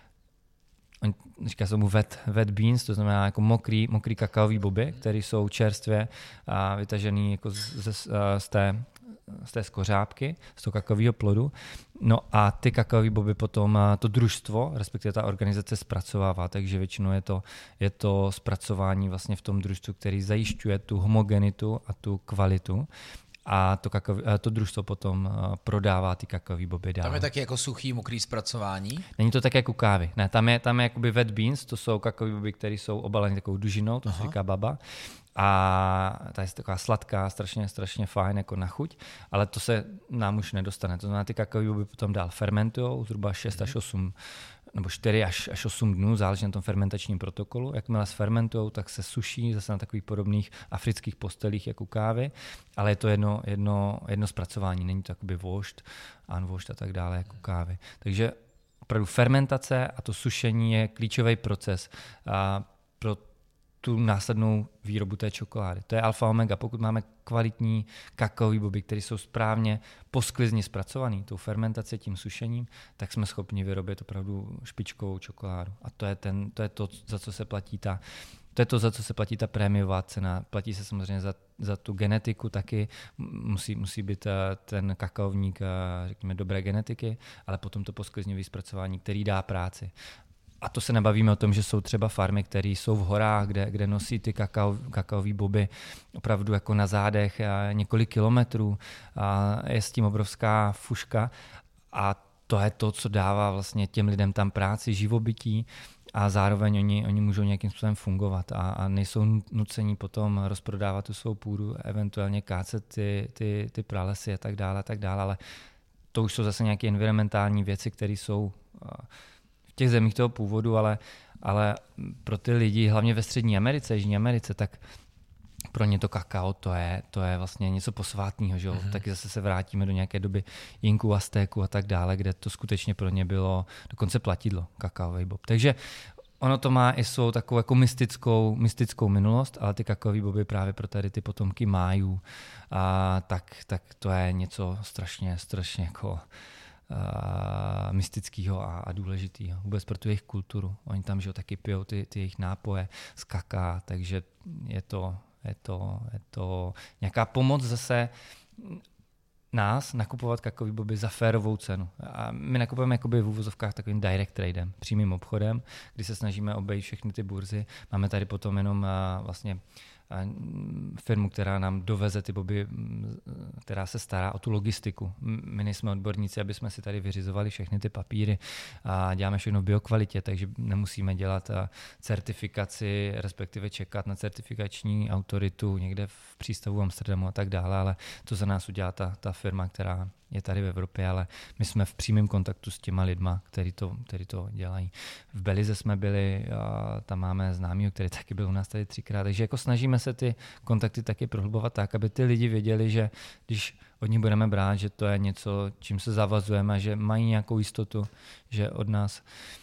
říká se mu wet, wet beans, to znamená jako mokrý, mokrý kakaový boby, které jsou čerstvě a vytažený jako z, z, z té z té skořápky, z toho kakaového plodu. No a ty kakaové boby potom to družstvo, respektive ta organizace zpracovává, takže většinou je to, je to zpracování vlastně v tom družstvu, který zajišťuje tu homogenitu a tu kvalitu. A to, kakao, to družstvo potom prodává ty kakaové boby dál. Tam je taky jako suchý, mokrý zpracování? Není to tak jako kávy. Ne, tam je, tam je jakoby wet beans, to jsou kakaové boby, které jsou obalené takovou dužinou, to se říká baba. A ta je taková sladká, strašně, strašně fajn jako na chuť, ale to se nám už nedostane. To znamená, ty kakaové boby potom dál fermentujou zhruba šest až osm nebo čtyři až osm dnů, záleží na tom fermentačním protokolu. Jakmile sfermentujou, tak se suší zase na takových podobných afrických postelích jako kávy, ale je to jedno, jedno, jedno zpracování, není to jakoby vošt, unvošt a tak dále jako kávy. Takže opravdu fermentace a to sušení je klíčový proces a pro tu následnou výrobu té čokolády. To je alfa omega. Pokud máme kvalitní kakaové boby, které jsou správně posklizně zpracované tou fermentací, tím sušením, tak jsme schopni vyrobit opravdu špičkovou čokoládu. A to je, ten, to, je to, za co se platí ta To je to, za co se platí ta prémiová cena. Platí se samozřejmě za, za tu genetiku taky. Musí, musí být ten kakaovník, řekněme, dobré genetiky, ale potom to posklizňové zpracování, který dá práci. A to se nebavíme o tom, že jsou třeba farmy, které jsou v horách, kde, kde nosí ty kakao, kakaový boby opravdu jako na zádech několik kilometrů. A je s tím obrovská fuška. A to je to, co dává vlastně těm lidem tam práci, živobytí a zároveň oni, oni můžou nějakým způsobem fungovat a, a nejsou nucení potom rozprodávat tu svou půdu, eventuálně kácet ty, ty, ty pralesy a tak dále, a tak dále, ale to už jsou zase nějaké environmentální věci, které jsou v těch zemích toho původu, ale, ale pro ty lidi, hlavně ve Střední Americe, Jižní Americe, tak pro ně to kakao, to je, to je vlastně něco posvátného, že jo? Mm-hmm. Taky zase se vrátíme do nějaké doby Inků, Aztéků a tak dále, kde to skutečně pro ně bylo dokonce platidlo, kakaový bob. Takže ono to má i svou takovou jako mystickou, mystickou minulost, ale ty kakaový boby právě pro tady ty potomky májů, a tak, tak to je něco strašně, strašně jako Uh, mystického a, a důležitého. Vůbec pro tu jejich kulturu. Oni tam, že jo, taky pijou ty, ty jejich nápoje z kaká, takže je to, je to, je to nějaká pomoc zase nás nakupovat kakaový boby za férovou cenu. A my nakupujeme jakoby v úvozovkách takovým direct tradem, přímým obchodem, kdy se snažíme obejít všechny ty burzy. Máme tady potom jenom uh, vlastně firmu, která nám doveze ty boby, která se stará o tu logistiku. My nejsme odborníci, aby jsme si tady vyřizovali všechny ty papíry a děláme všechno v biokvalitě, takže nemusíme dělat certifikaci, respektive čekat na certifikační autoritu někde v přístavu Amsterdamu a tak dále, ale to za nás udělá ta, ta firma, která je tady v Evropě, ale my jsme v přímém kontaktu s těma lidma, který to, který to dělají. V Belize jsme byli, a tam máme známýho, který taky byl u nás tady třikrát, takže jako snažíme se ty kontakty taky prohlubovat tak, aby ty lidi věděli, že když od nich budeme brát, že to je něco, čím se zavazujeme, že mají nějakou jistotu, že od nás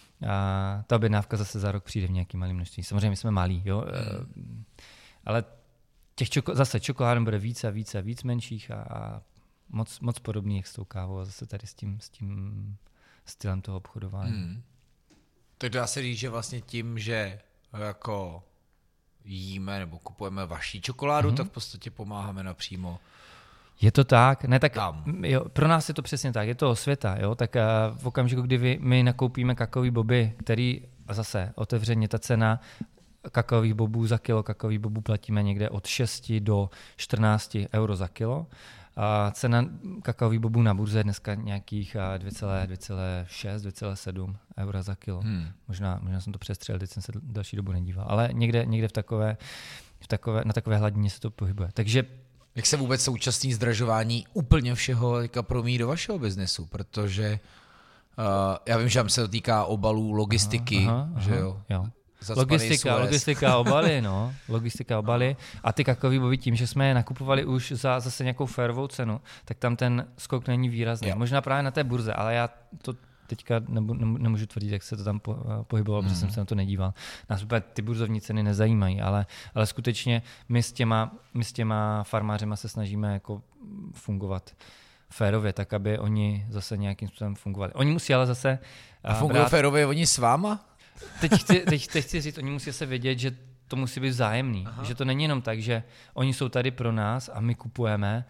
a ta objednávka zase za rok přijde v nějakým malým množství. Samozřejmě my jsme malí, jo, mm. ale těch čoko, zase čokoláden bude víc a víc a víc menších a, a moc, moc podobný jak s tou kávou a zase tady s tím, s tím stylem toho obchodování. Hmm. Tak dá se říct, že vlastně tím, že jako jíme nebo kupujeme vaší čokoládu, hmm. tak v podstatě pomáháme napřímo. Je to tak, ne tak, jo, pro nás je to přesně tak, je to osvěta, jo, tak uh, v okamžiku, kdy vy, my nakoupíme kakaový boby, který, a zase otevřeně ta cena kakaových bobů za kilo, kakaových bobů platíme někde od šest do čtrnáct euro za kilo. A cena kakaových bobů na burze je dneska nějakých dvě celá šest, dvě celá sedm eura za kilo. Hmm. Možná, možná jsem to přestřelil, teď jsem se další dobu nedíval, ale někde, někde v takové, v takové, na takové hladině se to pohybuje. Takže jak se vůbec současný zdražování úplně všeho promíjí do vašeho biznesu, protože uh, já vím, že tam se to týká obalů, logistiky, aha, aha, že jo? jo. Logistika, logistika obaly, no. Logistika obaly. A ty kakaový boby tím, že jsme je nakupovali už za zase nějakou férovou cenu, tak tam ten skok není výrazný. Jo. Možná právě na té burze, ale já to teďka nebu, nemůžu tvrdit, jak se to tam po, pohybovalo, mm. protože jsem se na to nedíval. Nás úplně ty burzovní ceny nezajímají, ale, ale skutečně my s těma, my s těma farmářema se snažíme jako fungovat férově, tak aby oni zase nějakým způsobem fungovali. Oni musí ale zase A fungují brát... férově oni s váma? Teď chci, teď, teď chci říct, oni musí se vědět, že to musí být vzájemný. Aha. Že to není jenom tak, že oni jsou tady pro nás a my kupujeme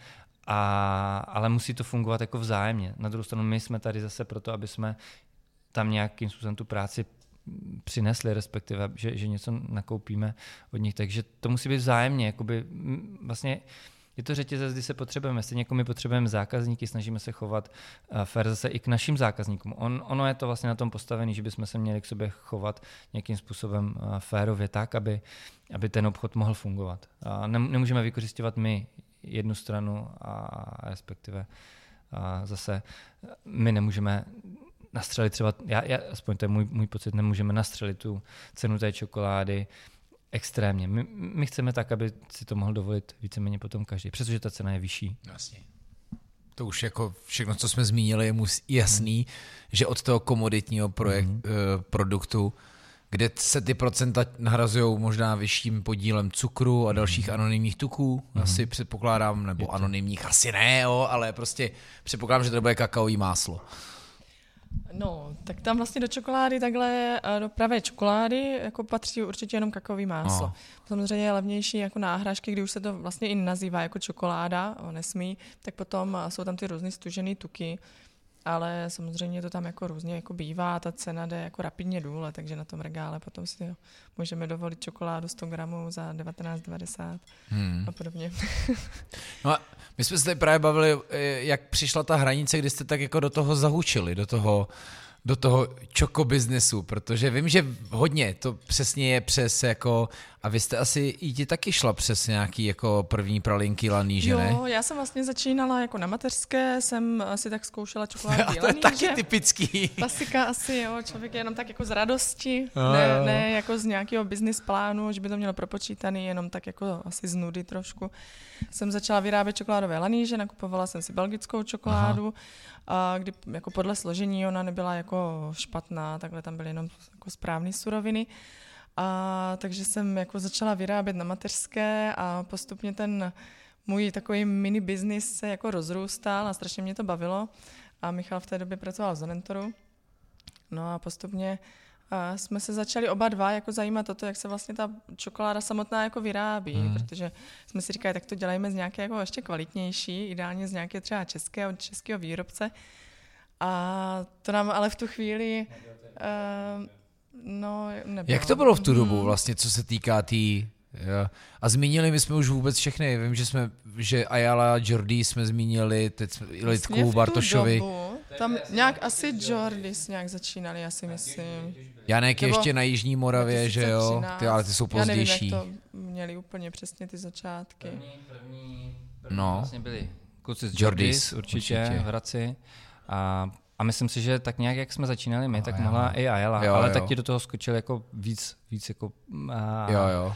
A, ale musí to fungovat jako vzájemně. Na druhou stranu my jsme tady zase proto, aby jsme tam nějakým způsobem tu práci přinesli, respektive, že, že něco nakoupíme od nich. Takže to musí být vzájemně. Jakoby, vlastně je to řetězec, kdy se potřebujeme. Stejně jako my potřebujeme zákazníky, snažíme se chovat uh, fér zase i k našim zákazníkům. On, ono je to vlastně na tom postavený, že bychom se měli k sobě chovat nějakým způsobem uh, férově tak, aby, aby ten obchod mohl fungovat. Uh, nem, nemůžeme vykořisťovat my jednu stranu a respektive a zase my nemůžeme nastřelit třeba, já, já, aspoň to je můj, můj pocit, nemůžeme nastřelit tu cenu té čokolády extrémně. My, my chceme tak, aby si to mohl dovolit víceméně potom každý, přestože ta cena je vyšší. Jasně. To už jako všechno, co jsme zmínili, je jasný, hmm. že od toho komoditního projekt, hmm. uh, produktu, kde se ty procenta nahrazují možná vyšším podílem cukru a dalších mm. anonymních tuků, mm. asi předpokládám, nebo anonymních asi ne, jo, ale prostě předpokládám, že to bude kakaový máslo. No, tak tam vlastně do čokolády takhle, do pravé čokolády jako patří určitě jenom kakaový máslo. No. Samozřejmě je levnější jako náhražky, kdy už se to vlastně i nazývá jako čokoláda, nesmí, tak potom jsou tam ty různý stužený tuky, ale samozřejmě to tam jako různě jako bývá, ta cena jde jako rapidně důle, takže na tom regále potom si jo, můžeme dovolit čokoládu sto gramů za devatenáct devadesát hmm. a podobně. No a my jsme se tady právě bavili, jak přišla ta hranice, kdy jste tak jako do toho zahučili, do toho, do toho čokobiznesu, protože vím, že hodně to přesně je přes jako, a vy jste asi i ti taky šla přes nějaký jako první pralinky laníže, ne? Jo, já jsem vlastně začínala jako na mateřské, jsem si tak zkoušela čokoládu laníže. A to je taky typický. Klasika asi, jo, člověk je jenom tak jako z radosti, no, ne, jo. ne jako z nějakého business plánu, že by to mělo propočítaný, jenom tak jako asi z nudy trošku. Jsem začala vyrábět čokoládové laníže, nakupovala jsem si belgickou čokoládu, a kdy jako podle složení ona nebyla jako špatná, takhle tam byly jenom jako správné suroviny. A takže jsem jako začala vyrábět na mateřské a postupně ten můj takový mini business se jako rozrůstal a strašně mě to bavilo. A Michal v té době pracoval v Zonentoru. No a postupně a jsme se začali oba dva jako zajímat o to, jak se vlastně ta čokoláda samotná jako vyrábí, hmm. protože jsme si říkali, tak to dělejme z nějaké jako ještě kvalitnější, ideálně z nějaké třeba českého, českého výrobce. A to nám ale v tu chvíli uh, no, nebylo. Jak to bylo v tu dobu vlastně, co se týká té... Tý... A zmínili my jsme už vůbec všechny. Vím, že jsme, že Ayala, Jordy jsme zmínili, teď jsme Lidku, vlastně Bartošovi. Dobu, tam nějak asi Jordys nějak začínali, já si myslím. Janek Nebo ještě na Jižní Moravě, že jo? Ty, ale ty jsou pozdější. Já nevím, jak to měli úplně přesně ty začátky. První, první, první no. vlastně byli kluci z Jordys, určitě, určitě v Hradci. A A myslím si, že tak nějak, jak jsme začínali my, no, tak jo. mohla i Ayala, jo, ale jo. tak ti do toho skočil jako víc, víc jako a, jo, jo.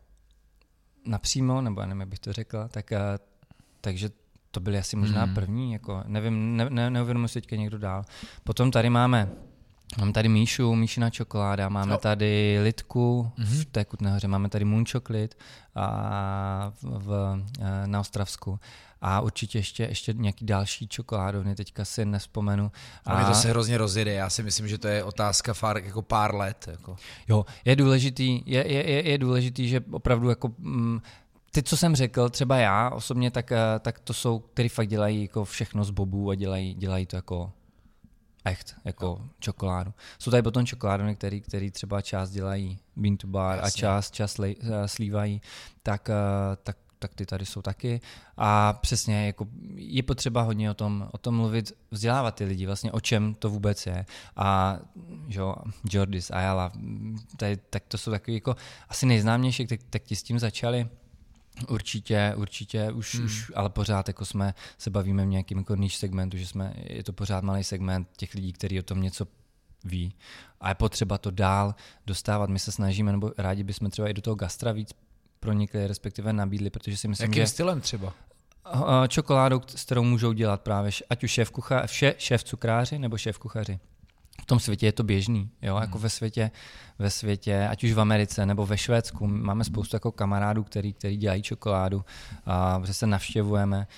napřímo, nebo já nevím, jak bych to řekla, tak, a, takže to byly asi možná mm. první, jako nevím, ne, ne, neuvědomuji si teďka někdo dál. Potom tady máme, máme tady Míšu, Míšina čokoláda, máme jo. tady Lidku mm-hmm. v té Kutné Hoře, máme tady Moon Chocolate a v, v, na Ostravsku. A určitě ještě, ještě nějaký další čokoládovny, teďka si nevzpomenu. A mě to se hrozně rozjede, já si myslím, že to je otázka fár, jako pár let. Jako. Jo, je důležitý, je, je, je důležitý, že opravdu jako... Mm, ty, co jsem řekl, třeba já osobně, tak, tak to jsou, který fakt dělají jako všechno z bobů a dělají, dělají to jako echt, jako jo. čokoládu. Jsou tady potom čokoládovny, který, který třeba část dělají bean to bar Jasně. a část, část lej, slívají, tak, tak tak ty tady jsou taky a přesně jako je potřeba hodně o tom, o tom mluvit, vzdělávat ty lidi vlastně, o čem to vůbec je a jo, Jordys, Ayala, tady, tak to jsou takový jako asi nejznámější, tak, tak ti s tím začali. Určitě, určitě, už, hmm. už, ale pořád jako jsme se bavíme v nějakém jako niche segmentu, že jsme, je to pořád malý segment těch lidí, kteří o tom něco ví a je potřeba to dál dostávat. My se snažíme, nebo rádi bychom třeba i do toho gastra víc pronikli, respektive nabídli, protože si myslím, Jakým že... stylem třeba? Čokoládou, s kterou můžou dělat právě, ať už šéf, kucha, šéf, šéf cukráři nebo šéf kuchaři. V tom světě je to běžný, jo, hmm. jako ve světě, ve světě, ať už v Americe nebo ve Švédsku. Máme spoustu jako kamarádů, který, který dělají čokoládu, a že se navštěvujeme,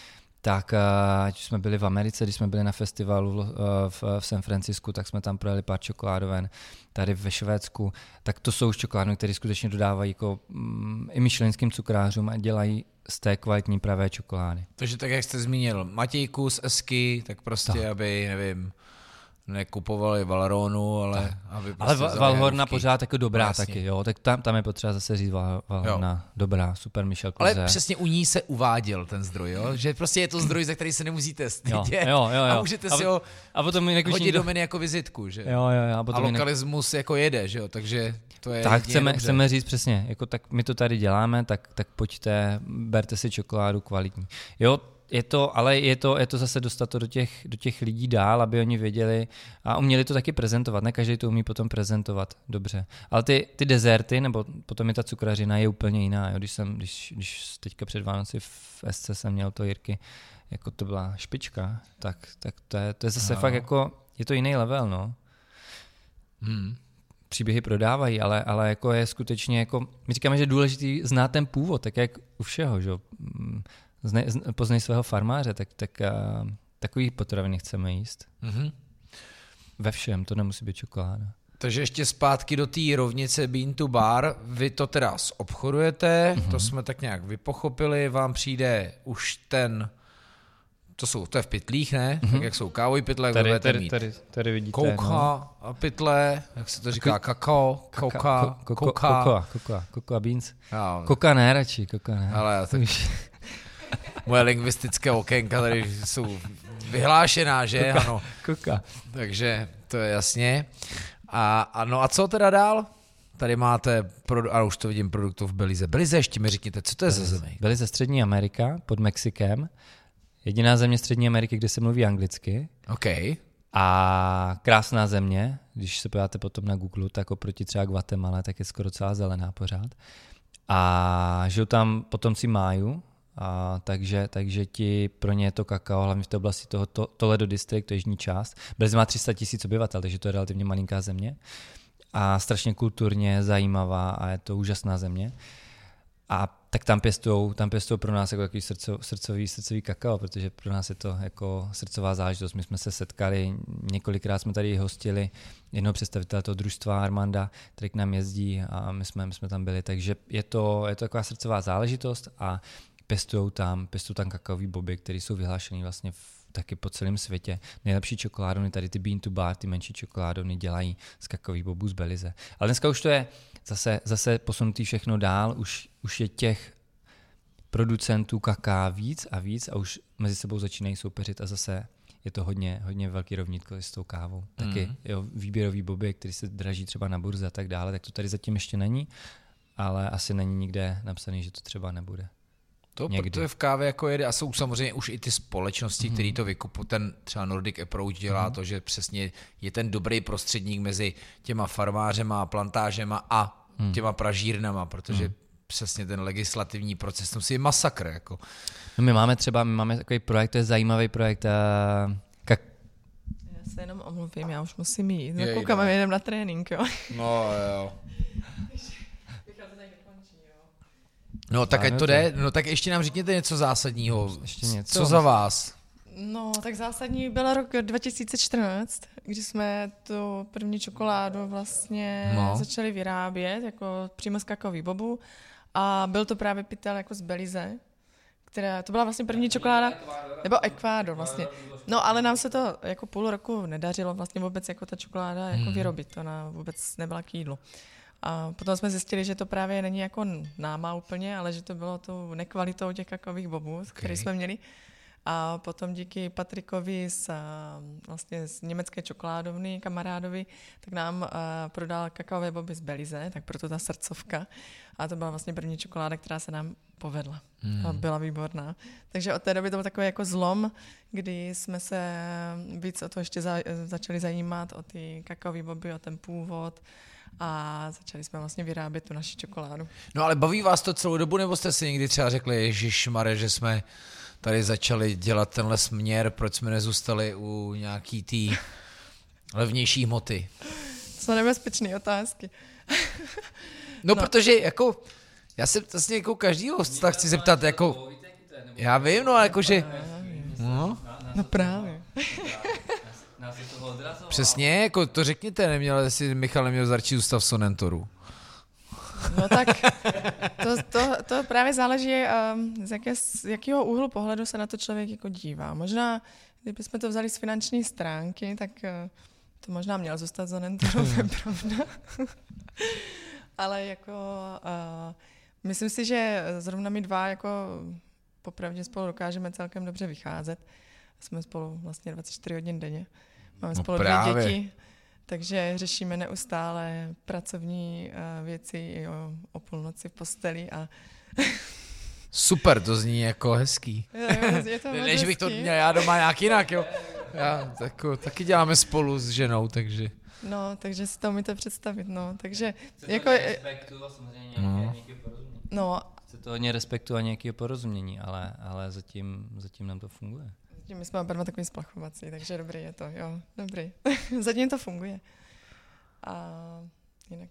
tak ať jsme byli v Americe, když jsme byli na festivalu v, v, v San Francisku, tak jsme tam projeli pár čokoládoven, tady ve Švédsku, tak to jsou už čokoládovny, které skutečně dodávají jako, mm, i michelinským cukrářům a dělají z té kvalitní pravé čokolády. Takže tak, jak jste zmínil Matějku z Esky, tak prostě, tak. aby, nevím, nekupovali Valronu, ale tak. aby prostě ale Valhorna pořád jako dobrá Jasně. taky, jo, tak tam, tam je potřeba zase říct Val, Valhorna, jo. dobrá, super Michel Kuze. Ale přesně u ní se uváděl ten zdroj, jo, že prostě je to zdroj, za který se nemusíte stydět jo, jo, jo, jo. a můžete si ho a potom hodit někdo... do menu jako vizitku, že? Jo, jo, jo, a, potom a lokalismus jinak... jako jede, že jo, takže to je tak chceme, chceme říct přesně, jako tak my to tady děláme, tak, tak pojďte, berte si čokoládu kvalitní. Jo, je to, ale je to, je to zase dostat to do těch, do těch lidí dál, aby oni věděli a uměli to taky prezentovat. Ne každý to umí potom prezentovat dobře. Ale ty, ty dezerty, nebo potom i ta cukrařina je úplně jiná. Jo? Když jsem, když, když teďka před Vánoci v S C jsem měl to Jirky, jako to byla špička, tak, tak to, je, to je zase no. fakt jako, je to jiný level, no. Hmm. Příběhy prodávají, ale, ale jako je skutečně jako, my říkáme, že je důležitý znát ten původ, tak jak u všeho, že Zne, poznej svého farmáře, tak, tak a, takový potraviny chceme jíst. Mm-hmm. Ve všem, to nemusí být čokoláda. Takže ještě zpátky do té rovnice Bean to Bar, vy to teda obchodujete, mm-hmm. to jsme tak nějak vypochopili, vám přijde už ten, to jsou, to je v pytlích, ne? Mm-hmm. Tak jak jsou kávový pytle, tady, budete tady, mít tady, tady vidíte, kouka no. a pytle, jak se to říká, kakao, kouka, kouka, kouka, kouka beans. Kouka ne, radši, kouka ne. Ale tak... Moje lingvistické okénka tady jsou vyhlášená, že? Kuka, ano. Kuka. Takže to je jasně. A, a no a co teda dál? Tady máte, produ- a už to vidím, produktů v Belize. Belize, ještě mi řekněte, co to je za zemi? Belize, Střední Amerika, pod Mexikem. Jediná země Střední Ameriky, kde se mluví anglicky. OK. A krásná země, když se podíváte potom na Google, tak oproti třeba Guatemala, tak je skoro celá zelená pořád. A žijou tam potomci Májů, a takže, takže ti pro ně je to kakao, hlavně v té oblasti toho to, Toledo District, to je jižní část. Belize má tři sta tisíc obyvatel, takže to je relativně malinká země. A strašně kulturně zajímavá a je to úžasná země. A tak tam pěstujou, tam pěstujou pro nás jako takový srdco, srdcový, srdcový kakao, protože pro nás je to jako srdcová záležitost. My jsme se setkali, několikrát jsme tady hostili jednoho představitele toho družstva Armanda, který k nám jezdí a my jsme, my jsme tam byli. Takže je to, je to taková srdcová záležitost a pěstujou tam, pěstují tam kakaový boby, které jsou vyhlášený vlastně v, taky po celém světě. Nejlepší čokoládovny, tady ty Bean to Bar, ty menší čokoládovny dělají z kakaových bobů z Belize. Ale dneska už to je zase, zase posunutý všechno dál, už, už je těch producentů kaká víc a víc a už mezi sebou začínají soupeřit a zase je to hodně, hodně velký rovnítko s tou kávou. Taky mm. jo, výběrový boby, který se draží třeba na burze a tak dále, tak to tady zatím ještě není, ale asi není nikde napsaný, že to třeba nebude. To, to je v kávě jako jede a jsou samozřejmě už i ty společnosti, mm. které to vykupují. Ten třeba Nordic Approach dělá mm. to, že přesně je ten dobrý prostředník mezi těma farmářema, plantážema a mm. těma pražírnama, protože mm. přesně ten legislativní proces, to si je masakr. Jako. No my máme třeba, my máme takový projekt, to je zajímavý projekt. A... Kak... Já se jenom omluvím, já už musím jít. Zakoukáme, jdem na trénink, jo. No jo. No tak ať to jde, no tak ještě nám řekněte něco zásadního. Ještě něco. Co za vás? No tak zásadní byl rok dva tisíce čtrnáct, kdy jsme tu první čokoládu vlastně no. začali vyrábět, jako přímo z kakaových bobů a byl to právě pytel jako z Belize, která, to byla vlastně první čokoláda, nebo Ekvádor vlastně. No ale nám se to jako půl roku nedařilo vlastně vůbec jako ta čokoláda jako vyrobit, ona vůbec nebyla k jídlu. A potom jsme zjistili, že to právě není jako náma úplně, ale že to bylo tou nekvalitou těch kakaových bobů, okay. které jsme měli. A potom díky Patrikovi z, vlastně z německé čokoládovny, kamarádovi, tak nám uh, prodal kakaové boby z Belize, tak proto ta srdcovka. A to byla vlastně první čokoláda, která se nám povedla. Hmm. A byla výborná. Takže od té doby to byl takový jako zlom, kdy jsme se víc o to ještě za, začali zajímat, o ty kakaové boby, o ten původ. A začali jsme vlastně vyrábět tu naši čokoládu. No ale baví vás to celou dobu, nebo jste si někdy třeba řekli, ježišmare, že jsme tady začali dělat tenhle směr, proč jsme nezůstali u nějaký tý levnější hmoty? To jsou nebezpečné otázky. no, no protože jako, já se vlastně jako každý hosta chci zeptat, jako, já vím, no ale jakože, No, no právě. Nás je toho odrazovalo. Přesně, jako to řekněte, neměl si Michal neměl začít zůstat v Sonentoru. No tak to, to, to právě záleží, um, z, jaké, z jakého úhlu pohledu se na to člověk jako dívá. Možná, kdybychom to vzali z finanční stránky, tak uh, to možná měl zůstat Sonentoru, je pravda. Ale jako uh, myslím si, že zrovna my dva jako popravdě spolu dokážeme celkem dobře vycházet. Jsme spolu vlastně dvacet čtyři hodin denně. Máme No spolu právě. dvě děti, takže řešíme neustále pracovní uh, věci i o, o půlnoci v posteli. A Super, to zní jako hezký. je to moc Než bych to hezký. měl já doma nějak jinak, jo. Já tako, taky děláme spolu s ženou, takže... No, takže si to umíte představit, no. Takže Chce jako... to hodně respektu a samozřejmě nějaké, No. nějaké porozumění. No, Chce to hodně respektu a nějakého porozumění, ale, ale zatím, zatím nám to funguje. my jsme oba dva takový splachovací, takže dobrý je to, jo, dobrý. Zatím to funguje. A jinak...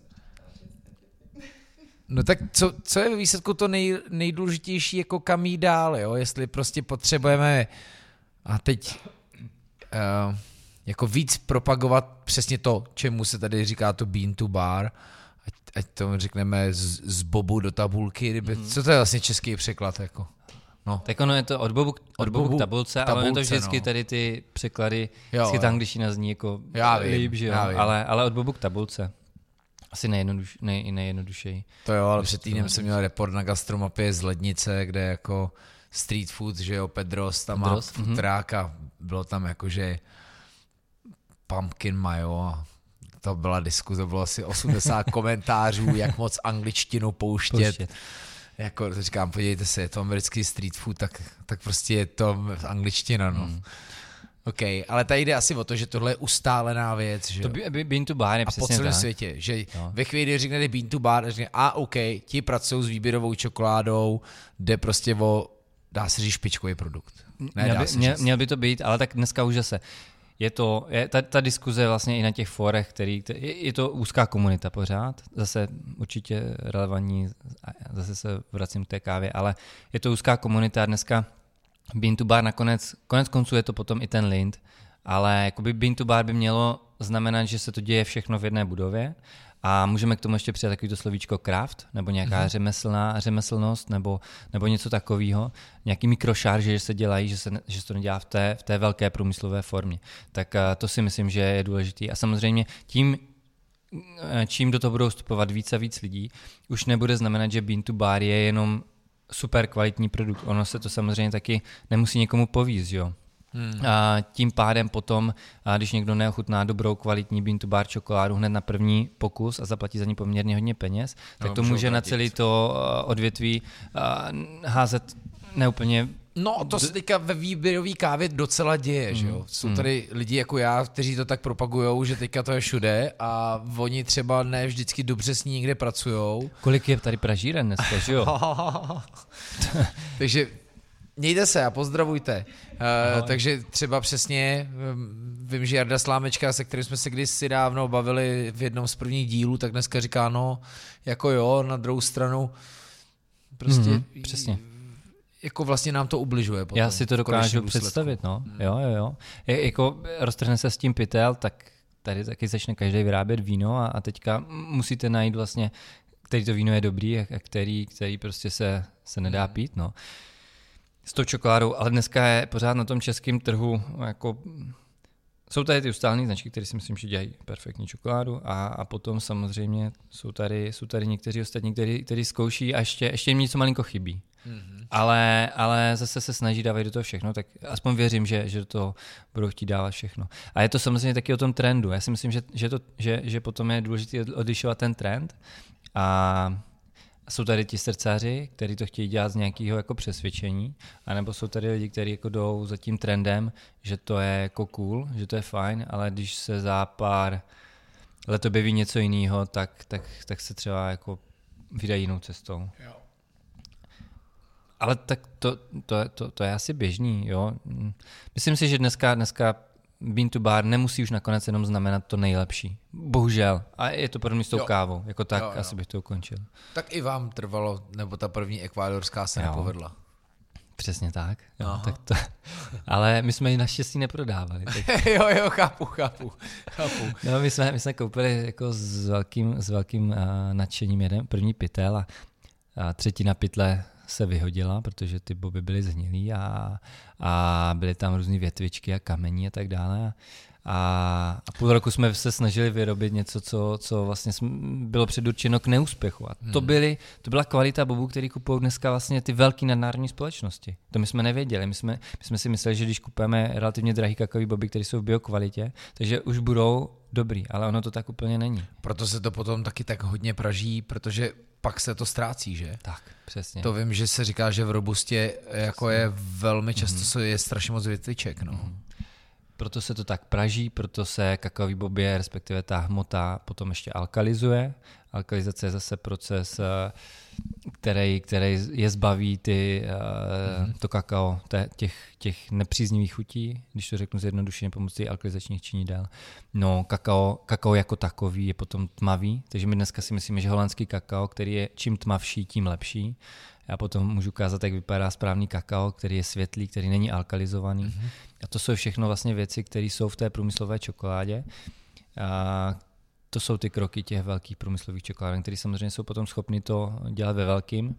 No tak co, co je ve výsledku to nej, nejdůležitější, jako kam jít dál, jo? Jestli prostě potřebujeme a teď uh, jako víc propagovat přesně to, čemu se tady říká to bean to bar, ať, ať to řekneme z, z bobu do tabulky, kdyby, mm-hmm. co to je vlastně český překlad, jako? No. Tak ono je to od bobu, od bobu bobu k tabulce, tabulce, ale ono je to vždycky no. tady ty překlady, Jo, vždycky jo. ta angličtina zní jako Já vím, líp, že jo? já vím. Ale, ale od bobu k tabulce. Asi nejjednoduš, nej, nejjednodušeji. To jo, ale Když před to týdnem tak jsem měl report na gastromapě z Lednice, kde jako street food, že jo, Pedros tam má Pedros, food mhm. truck a bylo tam jakože pumpkin mayo a to byla diskuze, to bylo asi osmdesát komentářů, jak moc angličtinu pouštět. Pouštět. Jako to říkám, podívejte se, je to americký street food, tak, tak prostě je to angličtina, no. Hmm. OK, ale tady jde asi o to, že tohle je ustálená věc, že To jo. by, by, bean to bar je A po přesně celém tak. světě, že No. ve chvíli, kdy řeknete bean to bar, řekne, a OK, ti pracují s výběrovou čokoládou, jde prostě o, dá se říct, špičkový produkt. Ne, měl, dá by, se měl, říct. měl by to být, ale tak dneska už zase. Je to, je, ta, ta diskuze vlastně i na těch fórech, který, je, je to úzká komunita pořád, zase určitě relevantní, zase se vracím k té kávě, ale je to úzká komunita dneska bean to bar nakonec, konec konců je to potom i ten Lind, ale jakoby bean to bar by mělo znamenat, že se to děje všechno v jedné budově a můžeme k tomu ještě přidat takovýto slovíčko craft, nebo nějaká mm-hmm. řemeslná, řemeslnost, nebo, nebo něco takového, nějaký mikrošarže, že se dělají, že se, ne, že se to nedělá v té, v té velké průmyslové formě. Tak uh, to si myslím, že je důležitý. A samozřejmě tím, čím do toho budou vstupovat víc a víc lidí, už nebude znamenat, že bean to bar je jenom super kvalitní produkt. Ono se to samozřejmě taky nemusí někomu povízt, jo. Hmm. A tím pádem potom, a když někdo neochutná dobrou kvalitní bean to bar čokoládu hned na první pokus a zaplatí za ní poměrně hodně peněz, tak No, to můžou může na vrátit. celý to uh, odvětví uh, házet neúplně. No, to se teďka ve výběrové kávě docela děje, mm. že jo. Jsou tady lidi jako já, kteří to tak propagujou, že teďka to je všude a oni třeba ne vždycky dobře s ní někde pracujou. Kolik je tady pražíren dneska, že jo? Takže mějte se a pozdravujte. Uh, takže třeba přesně, um, vím, že Jarda Slámečka, se kterým jsme se kdysi dávno bavili v jednom z prvních dílů, tak dneska říká, no, jako jo, na druhou stranu prostě... Mm-hmm, přesně. Jako vlastně nám to ubližuje. Potom, Já si to dokážu představit, no. Jo, jo, jo. Je, jako roztrhne se s tím pytel, tak tady taky začne každý vyrábět víno a, a teďka musíte najít vlastně, který to víno je dobrý a který, který prostě se, se nedá pít, no. S tou čokoládou, ale dneska je pořád na tom českém trhu jako... Jsou tady ty ustálené značky, které si myslím, že dělají perfektní čokoládu a, a potom samozřejmě jsou tady, jsou tady někteří ostatní, kteří, kteří zkouší a ještě, ještě jim něco malinko chybí. Mm-hmm. Ale, ale zase se snaží dávat do toho všechno, tak aspoň věřím, že, že do toho budou chtít dávat všechno. A je to samozřejmě taky o tom trendu. Já si myslím, že, že, to, že, že potom je důležité odlišovat ten trend a jsou tady ti srdcaři, kteří to chtějí dělat z nějakého jako přesvědčení, anebo jsou tady lidi, kteří jako jdou za tím trendem, že to je jako cool, že to je fajn, ale když se za pár let objeví něco jiného, tak, tak, tak se třeba jako vydají jinou cestou. Jo. Ale tak to, to, to, to je asi běžný, jo. Myslím si, že dneska, dneska bean to bar nemusí už nakonec jenom znamenat to nejlepší. Bohužel. A je to podobně s tou jo. kávou. Jako tak Jo, jo. asi bych to ukončil. Tak i vám trvalo, nebo ta první ekvádorská se Jo. nepovedla. Přesně tak. Jo, tak to, ale my jsme ji naštěstí neprodávali. Tak... jo, jo, chápu, chápu. chápu. No, my jsme, my jsme koupili jako s velkým, s velkým uh, nadšením jeden první pytel a, a třetina pytle se vyhodila, protože ty boby byly zhnilý a, a byly tam různé větvičky a kamení a tak dále. A, a půl roku jsme se snažili vyrobit něco, co, co vlastně bylo předurčeno k neúspěchu. A to, byly, to byla kvalita bobů, který kupují dneska vlastně ty velké nadnárodní společnosti. To my jsme nevěděli. My jsme, my jsme si mysleli, že když kupujeme relativně drahý kakaový boby, které jsou v biokvalitě, takže už budou dobrý, ale ono to tak úplně není. Proto se to potom taky tak hodně praží, protože pak se to ztrácí, že? Tak, přesně. To vím, že se říká, že v robustě jako je velmi často mm. je strašně moc větviček. No. Mm. Proto se to tak praží, proto se kakaový bobě, respektive ta hmota potom ještě alkalizuje. Alkalizace je zase proces, který, který je zbaví ty, mm. to kakao těch, těch nepříznivých chutí, když to řeknu zjednodušeně pomocí alkalizačních činidel. No, kakao, kakao jako takový je potom tmavý, takže my dneska si myslíme, že holandský kakao, který je čím tmavší, tím lepší. Já potom můžu ukázat, jak vypadá správný kakao, který je světlý, který není alkalizovaný. Mm-hmm. A to jsou všechno vlastně věci, které jsou v té průmyslové čokoládě. A to jsou ty kroky těch velkých průmyslových čokoláden, které samozřejmě jsou potom schopni to dělat ve velkým.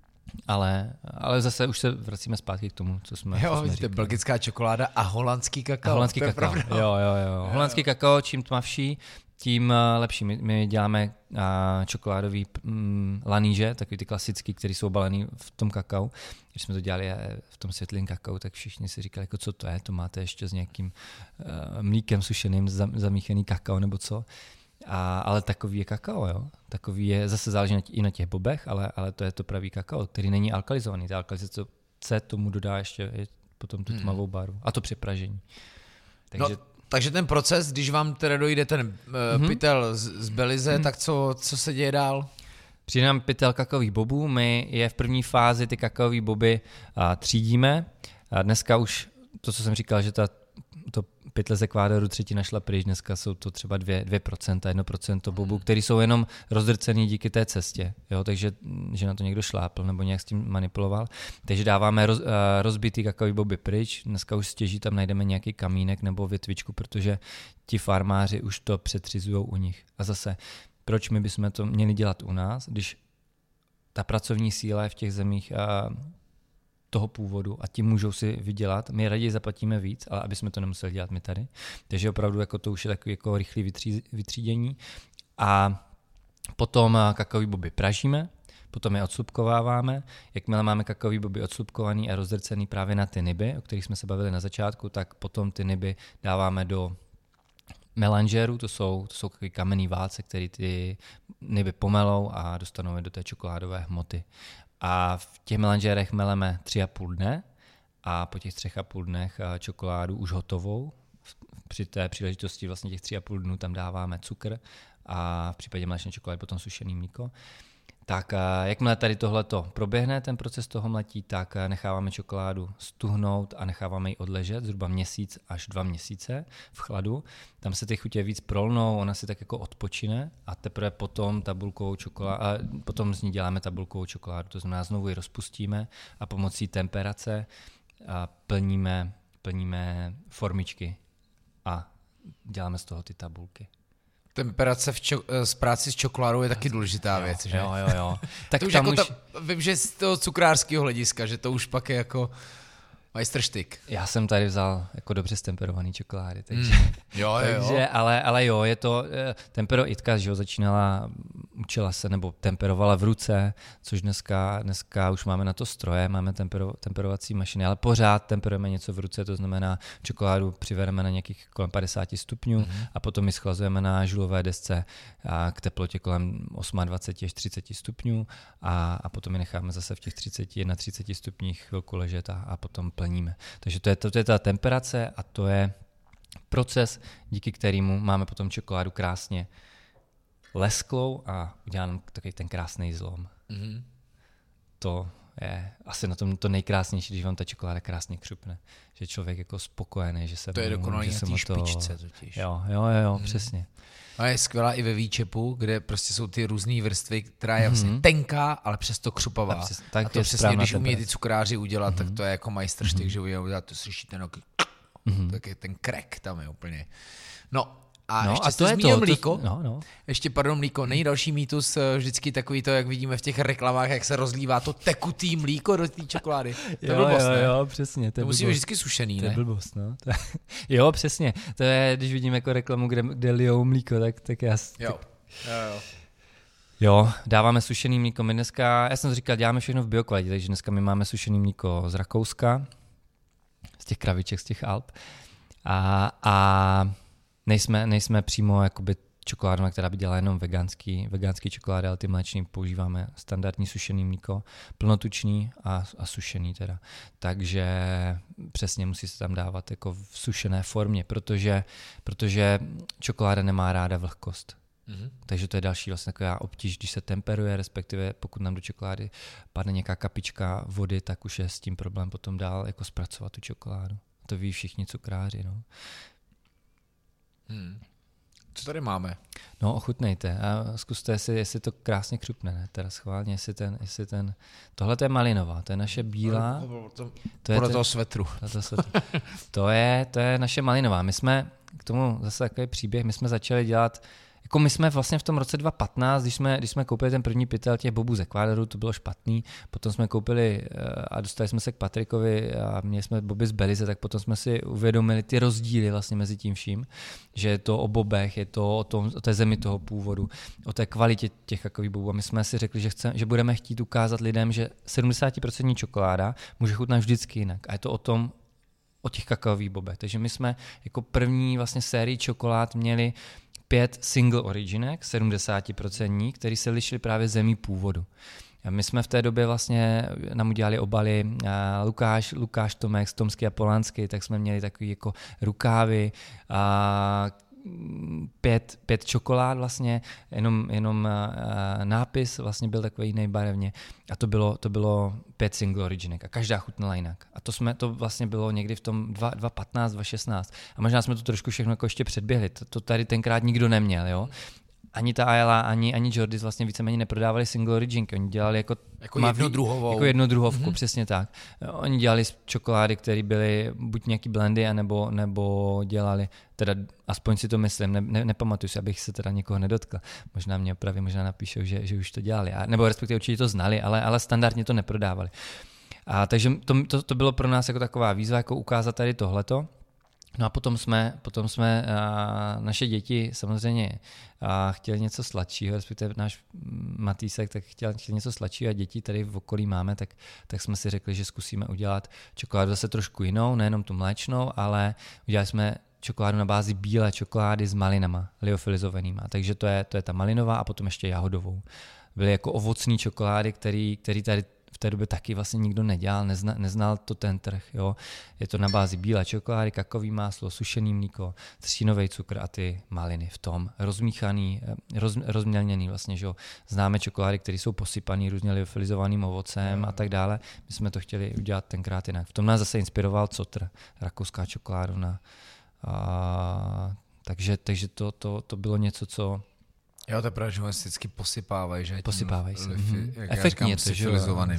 Ale, ale zase už se vracíme zpátky k tomu, co jsme, jo, co jsme to je belgická čokoláda a holandský kakao. A holandský kakao, jo, jo, jo. Holandský kakao, čím tmavší, tím lepší. My, my děláme a, čokoládový mm, laníže, takový ty klasický, které jsou balený v tom kakao. Když jsme to dělali v tom světlém kakao, tak všichni si říkali, jako co to je, to máte ještě s nějakým uh, mlíkem sušeným zamíchaný kakao nebo co. A, ale takový je kakao, jo. Takový je, zase záleží na tě, i na těch bobech, ale, ale to je to pravý kakao, který není alkalizovaný. Ta alkalizace tomu dodá ještě potom tu tmavou barvu. A to při pražení. Takže... No, takže ten proces, když vám teda dojde ten uh, mm-hmm. pytel z, z Belize, mm-hmm. tak co, co se děje dál? Přijde nám pytel kakaových bobů, my je v první fázi ty kakaové boby a, třídíme. A dneska už to, co jsem říkal, že ta to pytle z Ekvádoru třetina šla pryč, dneska jsou to třeba dvě procenta, jedno procento bobů, které jsou jenom rozdrcený díky té cestě, jo, takže že na to někdo šlápl nebo nějak s tím manipuloval. Takže dáváme roz, uh, rozbitý kakaový boby pryč, dneska už stěží tam najdeme nějaký kamínek nebo větvičku, protože ti farmáři už to přetřizují u nich. A zase, proč my bychom to měli dělat u nás, když ta pracovní síla je v těch zemích uh, toho původu a tím můžou si vydělat. My raději zaplatíme víc, ale aby jsme to nemuseli dělat my tady. Takže opravdu jako to už je takový jako rychlý vytří, vytřídění. A potom kakaový boby pražíme, potom je odslupkováváme. Jakmile máme kakaový boby odslupkovaný a rozdrcený právě na ty nyby, o kterých jsme se bavili na začátku, tak potom ty nyby dáváme do melanžéru, to jsou, to jsou takový kamenný válce, které ty nyby pomelou a dostanou je do té čokoládové hmoty. A v těch melanžérech meleme tři a půl dne a po těch třech a půl dnech čokoládu už hotovou. Při té příležitosti vlastně těch tři a půl dnů tam dáváme cukr a v případě mléčné čokolády potom sušený mlíko. Tak jakmile tady tohleto proběhne, ten proces toho mletí, tak necháváme čokoládu stuhnout a necháváme ji odležet zhruba měsíc až dva měsíce v chladu. Tam se ty chutě víc prolnou, ona si tak jako odpočine a teprve potom tabulkovou čokoládu, a potom z ní děláme tabulkovou čokoládu, to znamená znovu ji rozpustíme a pomocí temperace a plníme, plníme formičky a děláme z toho ty tabulky. Temperace v čo- s práci s čokoládou je taky důležitá jo, věc, že? Jo, jo, jo. Tak to už jako už... Ta, vím, že z toho cukrářského hlediska, že to už pak je jako majstrštyk. Já jsem tady vzal jako dobře stemperovaný čokolády, takže, mm. jo, takže jo. Ale, ale jo, je to, tempero Itka, že jo, začínala, učila se nebo temperovala v ruce, což dneska, dneska už máme na to stroje, máme tempero, temperovací mašiny, ale pořád temperujeme něco v ruce, to znamená čokoládu přivedeme na nějakých kolem padesát stupňů mm. a potom ji schlazujeme na žulové desce a k teplotě kolem dvacet osm až třicet stupňů a, a potom ji necháme zase v těch třicet, třicet jedna stupních chvilku ležet a, a potom plníme. Takže to je, to, to je ta temperace a to je proces, díky kterému máme potom čokoládu krásně lesklou a udělám takový ten krásný zlom. Mm-hmm. To je asi na tom to nejkrásnější, když vám ta čokoláda krásně křupne. Že člověk jako spokojený, že se To je dokonalý na té to... špičce totiž. Jo, jo, jo, jo Mhm. přesně. A je skvělá i ve výčepu, kde prostě jsou ty různé vrstvy, která je vlastně Mhm. tenká, ale přesto křupavá. A přes- tak a to je přesně, správná když umí ty temperace. cukráři udělat, tak Mhm. to je jako majstrštyk, že udělat to slyšíte, no, Mhm. tak je ten crack tam je úplně. No, a No, ještě a jste to je zmínil to, mlíko. to, no, no. Ještě, pardon, mlíko. Není další mýtus eh, vždycky takový to, jak vidíme v těch reklamách, jak se rozlívá to tekutý mlíko do té čokolády. To je Jo, blbost, jo, ne? jo, přesně. To, To je musí být blbost. vždycky sušený, To je ne? blbost, no. To je, jo, přesně. To je, když vidím jako reklamu, kde, kde lijou mlíko, tak, tak já... Jo. Jo, jo. Jo, dáváme sušený mlíko. My dneska, já jsem říkal, děláme všechno v biokvalitě, takže dneska my máme sušený mlíko z Rakouska, z těch kraviček, z těch Alp. A, a nejsme, nejsme přímo jakoby čokoládovna, která by dělala jenom veganský, veganský čokolády, ale ty mléčný používáme standardní sušený mlíko, plnotučný a, a sušený teda. Takže přesně musí se tam dávat jako v sušené formě, protože, protože čokoláda nemá ráda vlhkost. Mhm. Takže to je další vlastně taková obtíž, když se temperuje, respektive pokud nám do čokolády padne nějaká kapička vody, tak už je s tím problém potom dál jako zpracovat tu čokoládu. To ví všichni cukráři. No, Hmm. Co tady máme? no ochutnejte a zkuste, jestli, jestli to krásně křupne, ne? Teda schválně, jestli ten, jestli ten... Tohle to je malinová, to je naše bílá. To je Podle ten- toho svetru. To, to, to, je, to je naše malinová. My jsme, k tomu zase takový příběh, my jsme začali dělat, jako my jsme vlastně v tom roce dva tisíce patnáct, když jsme, když jsme koupili ten první pytel těch bobů z Ekvádoru, to bylo špatný, potom jsme koupili eh, a dostali jsme se k Patrikovi a měli jsme boby z Belize, tak potom jsme si uvědomili ty rozdíly vlastně mezi tím vším, že je to o bobech, je to o, tom, o té zemi toho původu, o té kvalitě těch kakových bobů a my jsme si řekli, že, chceme, že budeme chtít ukázat lidem, že sedmdesát procent čokoláda může chutnat vždycky jinak a je to o tom, o těch kakaových bobech. Takže my jsme jako první vlastně sérii čokolád měli pět single originek, sedmdesát procent, který se lišily právě zemí původu. A my jsme v té době vlastně nám udělali obaly a Lukáš, Lukáš Tomek, Tomský a Polánský, tak jsme měli takový jako rukávy a pět, pět čokolád vlastně, jenom, jenom uh, nápis vlastně byl takový jiný barevně a to bylo, to bylo pět single originek a každá chutnala jinak. A to jsme, to vlastně bylo někdy v tom dva tisíce patnáct, dva tisíce šestnáct a možná jsme to trošku všechno jako ještě předběhli, to, to tady tenkrát nikdo neměl, jo. Ani ta Ayala, ani, ani Jordis vlastně víceméně neprodávali single originky, oni dělali jako Jako tmavý- jednodruhovou. Jako jednodruhovku, Mhm. mm-hmm. přesně tak. Oni dělali čokolády, které byly buď nějaký blendy, anebo, nebo dělali, teda aspoň si to myslím, ne, ne, nepamatuju si, abych se teda někoho nedotkl. Možná mě opravdu, možná napíšou, že, že už to dělali, a, nebo respektive určitě to znali, ale, ale standardně to neprodávali. A takže to, to, to bylo pro nás jako taková výzva, jako ukázat tady tohleto. No a potom jsme, potom jsme a, naše děti samozřejmě a, chtěli něco sladšího, respektive náš Matýsek tak chtěl, chtěl něco sladšího a děti tady v okolí máme, tak, tak jsme si řekli, že zkusíme udělat čokoládu zase trošku jinou, nejenom tu mléčnou, ale udělali jsme čokoládu na bázi bílé čokolády s malinama, liofilizovanýma. Takže to je, to je ta malinová a potom ještě jahodovou. Byly jako ovocní čokolády, který, který tady v té době taky vlastně nikdo nedělal, nezna, neznal to ten trh. Jo. Je to na bázi bílé čokolády, kakový máslo, sušený mlíko, třtinový cukr a ty maliny v tom. Rozmíchaný, roz, rozmělněný vlastně, že jo. Známe čokolády, které jsou posypané různě liofilizovaným ovocem a tak dále. My jsme to chtěli udělat tenkrát jinak. V tom nás zase inspiroval Cotr, rakouská čokoládovna. A, takže takže to, to, to bylo něco, co... Jo, to je pravda, že ho vždycky posypávají, že? Posypávají se. Mm-hmm. Efektně to, že jo.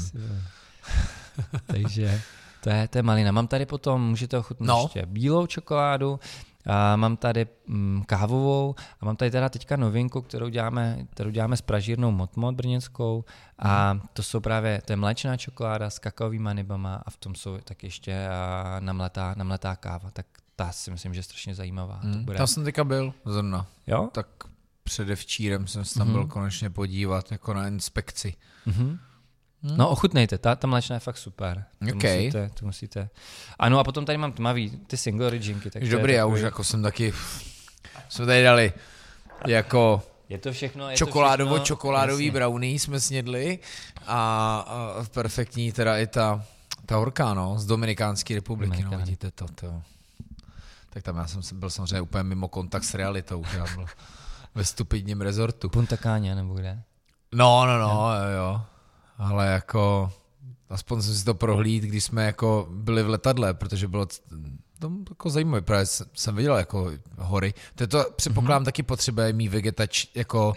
Takže to je, to je malina. Mám tady potom, můžete ochutnat no. ještě bílou čokoládu, a mám tady mm, kávovou a mám tady teda teďka novinku, kterou děláme, kterou děláme s pražírnou Motmot brněnskou a to jsou právě, to je mléčná čokoláda s kakaovýma nibama a v tom jsou tak ještě a, namletá, namletá káva, tak ta si myslím, že je strašně zajímavá. Hmm. To bude... Tam jsem teďka byl zrovna. Jo? Tak předevčírem jsem se tam mm-hmm. byl konečně podívat jako na inspekci. Mm-hmm. Hmm. No ochutnejte, ta, ta mléčná je fakt super. To, okay. musíte, to musíte. Ano a potom tady mám tmavý, ty single originky. Tak dobrý, já už jako jsem taky, jsme tady dali jako je to všechno, je čokoládovo, to všechno, čokoládový jasně. brownie jsme snědli a, a perfektní teda i ta, ta horká, no, z Dominikánské republiky, Dominikán. No vidíte to, to. Tak tam já jsem byl samozřejmě úplně mimo kontakt s realitou, já byl ve stupidním rezortu. Punta Cana nebo kde? No, no, no, jo, jo. Ale jako aspoň jsem si to prohlíd, když jsme jako byli v letadle, protože bylo to jako zajímavé, právě jsem viděl jako hory. To je to, předpokládám, mm-hmm. taky potřebuje mít vegetač, jako,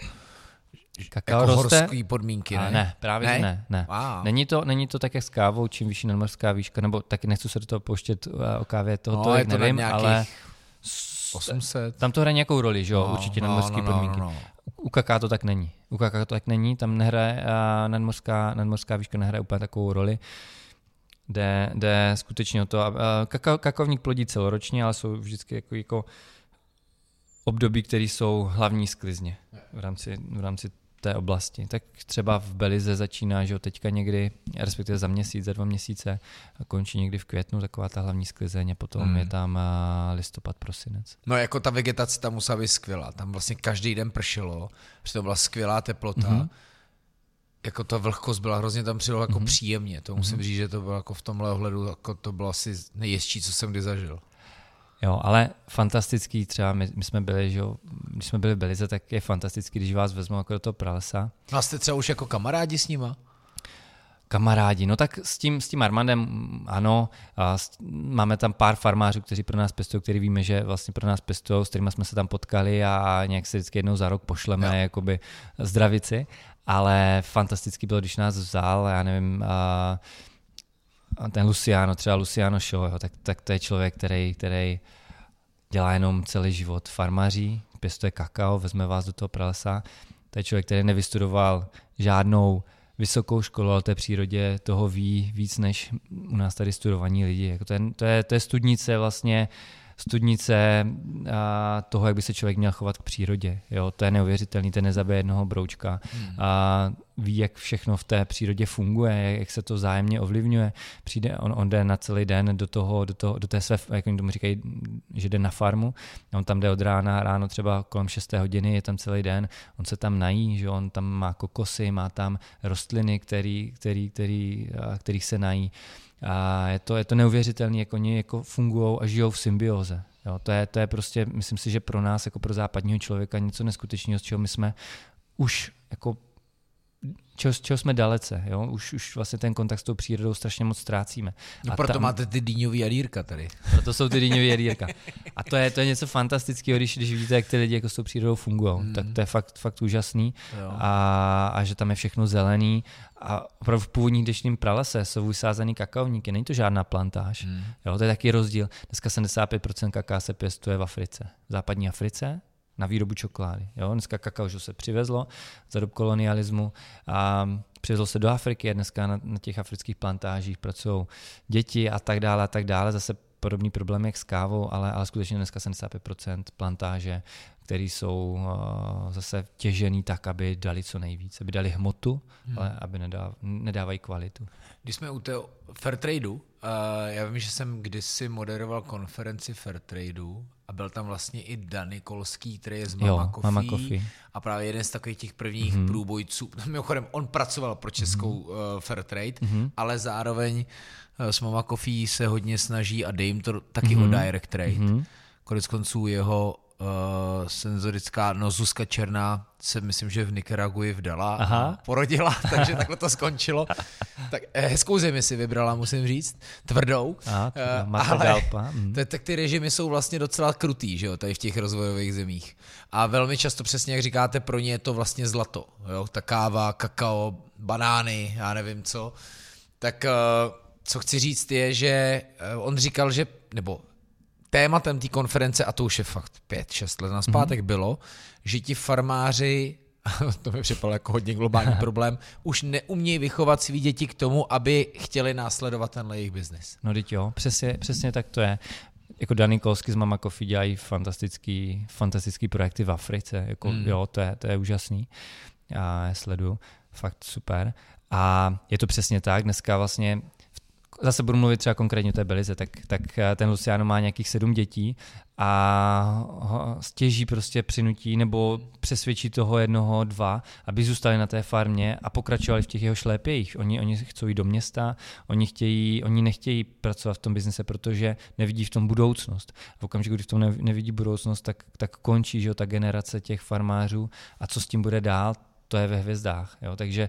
jako horské podmínky, ne? Ne, právě ne. ne, ne. Wow. Není, to, není to tak jak s kávou, čím vyšší nadmořská výška, nebo taky nechci se do toho pouštět o kávě, toho no, to, je to nevím, ale osm set. Tam to hraje nějakou roli, že jo, no, určitě no, nadmořské no, no, podmínky. No, no. U kaká to tak není. U kaká to tak není, tam nehraje uh, nadmořská, nadmořská výška nehraje úplně takovou roli. Jde, jde skutečně o to, uh, kaka, kakovník plodí celoročně, ale jsou vždycky jako, jako období, které jsou hlavní sklizně v rámci, v rámci té oblasti. Tak třeba v Belize začíná, že jo, teďka někdy, respektive za měsíc, za dva měsíce, a končí někdy v květnu, taková ta hlavní sklizeň, a potom hmm. je tam listopad, prosinec. No jako ta vegetace tam musela být skvělá, tam vlastně každý den pršelo, přitom byla skvělá teplota, mm-hmm. jako ta vlhkost byla hrozně tam přijelo jako mm-hmm. příjemně, to musím mm-hmm. říct, že to bylo jako v tomhle ohledu, jako to bylo asi nejjezdčí, co jsem kdy zažil. Jo, ale fantastický třeba, my, my jsme byli, že jo, když jsme byli v Belize, tak je fantastický, když vás vezmou jako do toho pralesa. No a jste třeba už jako kamarádi s nima? Kamarádi, no tak s tím, s tím Armandem ano, a s, máme tam pár farmářů, kteří pro nás pěstují, který víme, že vlastně pro nás pěstují, s kterými jsme se tam potkali a nějak se vždycky jednou za rok pošleme jo. jakoby zdravici, ale fantastický bylo, když nás vzal, já nevím, a, a ten Luciano, třeba Luciano Show, jo, tak, tak to je člověk, který, který dělá jenom celý život farmaří, pěstuje kakao, vezme vás do toho pralesa, to je člověk, který nevystudoval žádnou vysokou školu, ale té přírodě toho ví víc než u nás tady studovaní lidi. Jako to, je, to, je, to je studnice vlastně, studnice a toho, jak by se člověk měl chovat k přírodě. Jo? To je neuvěřitelný, ten nezabije jednoho broučka. Hmm. A ví, jak všechno v té přírodě funguje, jak se to vzájemně ovlivňuje. Přijde, on, on jde na celý den do, toho, do, toho, do té své, jak oni tomu říkají, že jde na farmu. On tam jde od rána, ráno třeba kolem šesté hodiny, je tam celý den. On se tam nají, že on tam má kokosy, má tam rostliny, který, který, který, kterých se nají. A je to, je to neuvěřitelné, jak oni jako fungují a žijou v symbioze. Jo, to, je, to je prostě, myslím si, že pro nás, jako pro západního člověka, něco neskutečného, z čeho my jsme už jako čeho, čeho jsme dalece, jo? Už, už vlastně ten kontakt s tou přírodou strašně moc ztrácíme. No a proto tam, máte ty dýňový jadýrka tady. Proto jsou ty dýňový jadýrka. A to je, to je něco fantastického, když, když vidíte, jak ty lidi jako s tou přírodou fungují. Hmm. Tak to je fakt, fakt úžasný. A, a že tam je všechno zelený. A opravdu v původním dnešním pralese jsou vysázaný kakaovníky. Není to žádná plantáž. Hmm. Jo, to je taky rozdíl. Dneska sedmdesát pět procent kaká se pěstuje v Africe. V západní Africe na výrobu čokolády. Jo? Dneska kakao že se přivezlo za dob kolonialismu a přivezlo se do Afriky a dneska na, na těch afrických plantážích pracují děti a tak dále a tak dále. Zase podobný problém jak s kávou, ale, ale skutečně dneska sedmdesát pět procent plantáže, které jsou uh, zase těžený tak, aby dali co nejvíc, aby dali hmotu, hmm. ale aby nedáv, nedávají kvalitu. Když jsme u toho Fairtradeu, uh, já vím, že jsem kdysi moderoval konferenci Fairtradeu a byl tam vlastně i Dany Kolský, který je z Mama, jo, Coffee, Mama Coffee a právě jeden z takových těch prvních mm-hmm. průbojců. Mimochodem, on pracoval pro českou mm-hmm. uh, Fairtrade, mm-hmm. ale zároveň uh, s Mama Coffee se hodně snaží a dej jim to taky mm-hmm. o direct trade. Mm-hmm. Konec konců jeho Uh, senzorická, no Zuzka Černá se myslím, že v Nikaraguji vdala Aha. a porodila, takže takhle to skončilo. Tak hezkou zemi si vybrala, musím říct, tvrdou. Aha, uh, ale mm. to, tak ty režimy jsou vlastně docela krutý, že jo, tady v těch rozvojových zemích. A velmi často, přesně jak říkáte, pro ně je to vlastně zlato. Jo? Ta káva, kakao, banány, já nevím co. Tak uh, co chci říct je, že uh, on říkal, že, nebo tématem té konference, a to už je fakt pět, šest let nazpátek, mm-hmm. bylo, že ti farmáři, to mi připadalo jako hodně globální problém, už neumějí vychovat svý děti k tomu, aby chtěli následovat tenhle jejich biznis. No teď jo, přesně, přesně tak to je. Jako Dany Kolský z Mama Coffee dělají fantastický, fantastický projekty v Africe. Jako, mm. Jo, to je, to je úžasný. Já je sleduju. Fakt super. A je to přesně tak. Dneska vlastně zase budu mluvit třeba konkrétně o té Belize, tak, tak ten Luciano má nějakých sedm dětí a ho stěží prostě přinutí nebo přesvědčí toho jednoho, dva, aby zůstali na té farmě a pokračovali v těch jeho šlépějích. Oni, oni chcou jít do města, oni, chtějí, oni nechtějí pracovat v tom biznise, protože nevidí v tom budoucnost. V okamžiku, kdy v tom nevidí budoucnost, tak, tak končí, že jo, ta generace těch farmářů a co s tím bude dál, to je ve hvězdách. Jo? Takže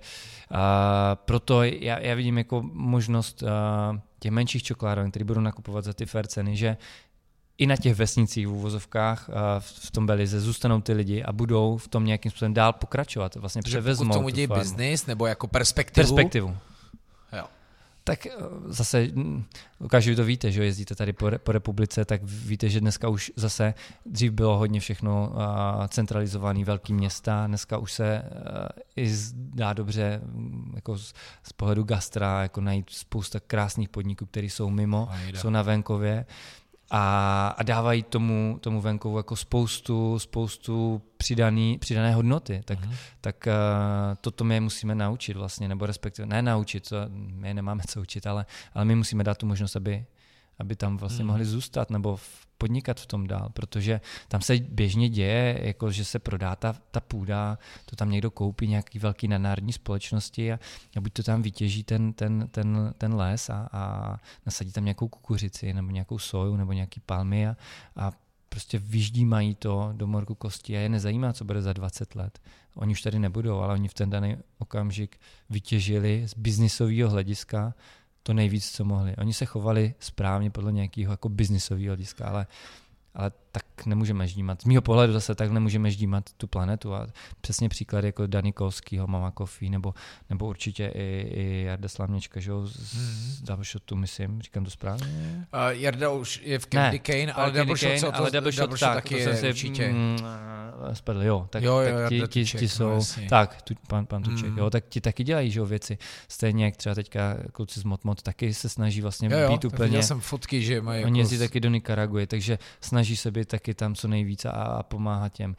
a, proto já, já vidím jako možnost a, těch menších čokoládoven, které budou nakupovat za ty fair ceny, že i na těch vesnicích v uvozovkách v tom Belize zůstanou ty lidi a budou v tom nějakým způsobem dál pokračovat. Vlastně Takže převezmou pokud tomu dějí biznis nebo jako perspektivu. Perspektivu. Jo. Tak zase, Lukáš, vy to víte, že jezdíte tady po, po republice, tak víte, že dneska už zase, dřív bylo hodně všechno uh, centralizované, velký města, dneska už se uh, i dá dobře jako z, z pohledu gastra jako najít spousta krásných podniků, které jsou mimo, jsou na venkově. A, a dávají tomu, tomu venkovu jako spoustu, spoustu přidaný, přidané hodnoty. Tak, mm. tak uh, toto my musíme naučit vlastně, nebo respektive ne naučit, to my nemáme co učit, ale, ale my musíme dát tu možnost, aby, aby tam vlastně mm. mohli zůstat nebo v, podnikat v tom dál, protože tam se běžně děje, jako že se prodá ta, ta půda, to tam někdo koupí, nějaký velký nadnárodní společnosti a, a buď to tam vytěží ten, ten, ten, ten les a, a nasadí tam nějakou kukuřici nebo nějakou soju nebo nějaký palmy a, a prostě vyždímají to do morku kosti a je nezajímá, co bude za dvacet let. Oni už tady nebudou, ale oni v ten daný okamžik vytěžili z biznisového hlediska to nejvíc, co mohli. Oni se chovali správně podle nějakého jako biznisového hlediska, ale, ale tak nemůžeme ždímat. Z mýho pohledu zase tak nemůžeme ždímat tu planetu a přesně příklad jako Dany Kolskýho, Mama Coffee, nebo, nebo určitě i, i Jarda Slavněčka, že jo, z mm-hmm. Double Shotu, myslím, říkám to správně? Uh, Jarda už je v Candy Cane, ale Double Shot, co to, ale Double Shot, Double Shot tak, taky to je si, určitě. Mm, spadl, jo, tak, jo, jo, tak ti, ti, Tuček, ti jsou, no, tak, tu, pan, pan Tuček, mm. jo, tak ti taky dělají, že jo, věci. Stejně jak třeba teďka kluci z Motmot taky se snaží vlastně jo, jo, být úplně. Viděl jsem fotky, že mají. Oni jako jezdí taky do Nikaraguy, takže snaží se být taky tam co nejvíc a, a pomáhat těm.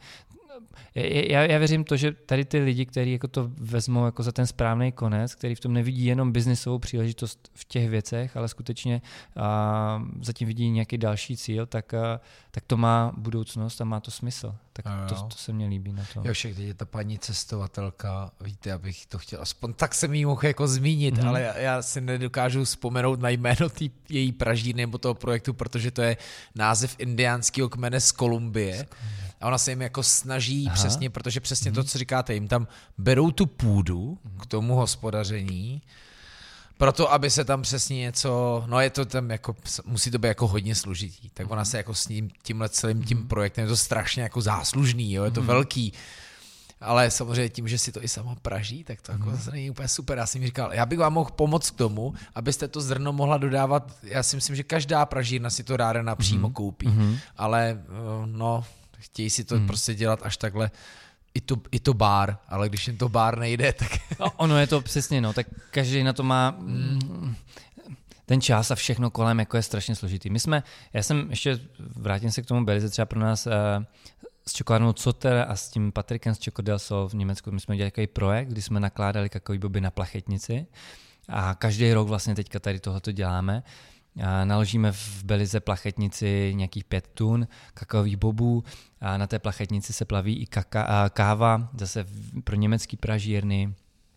Já, já věřím to, že tady ty lidi, kteří jako to vezmou jako za ten správný konec, který v tom nevidí jenom biznisovou příležitost v těch věcech, ale skutečně a, zatím vidí nějaký další cíl, tak, a, tak to má budoucnost a má to smysl. Tak to, to se mně líbí na to. Jo, však teď je ta paní cestovatelka, víte, abych to chtěl aspoň tak se mi mohl jako zmínit, mm-hmm. ale já, já si nedokážu vzpomenout na jméno tý, její pražírny nebo toho projektu, protože to je název indiánského kmene z Kolumbie. A ona se jim jako snaží Aha. přesně, protože přesně mm-hmm. to, co říkáte, jim tam berou tu půdu mm-hmm. k tomu hospodaření, proto, aby se tam přesně něco, no je to tam jako, musí to být jako hodně složitý, tak ona se jako s ním, tímhle celým tím mm-hmm. projektem, je to strašně jako záslužný, jo, je to mm-hmm. velký, ale samozřejmě tím, že si to i sama praží, tak to jako mm-hmm. není úplně super. Já jsem mi říkal, já bych vám mohl pomoct k tomu, abyste to zrno mohla dodávat, já si myslím, že každá pražírna si to ráda napřímo mm-hmm. koupí, mm-hmm. ale no, chtějí si to mm-hmm. prostě dělat až takhle. I to, I to bar, ale když jim to bar nejde, tak... No, ono je to přesně, no, tak každý na to má mm, ten čas a všechno kolem jako je strašně složitý. My jsme, já jsem ještě, vrátím se k tomu Belize, třeba pro nás uh, s čokoládnou Zotter a s tím Patrikem z Choco del Sol v Německu, my jsme dělali takový projekt, kdy jsme nakládali kakaový boby na plachetnici a každý rok vlastně teďka tady tohoto děláme. A naložíme v Belize plachetnici nějakých pět tun kakaových bobů a na té plachetnici se plaví i kaka, a káva, zase pro německý pražírny.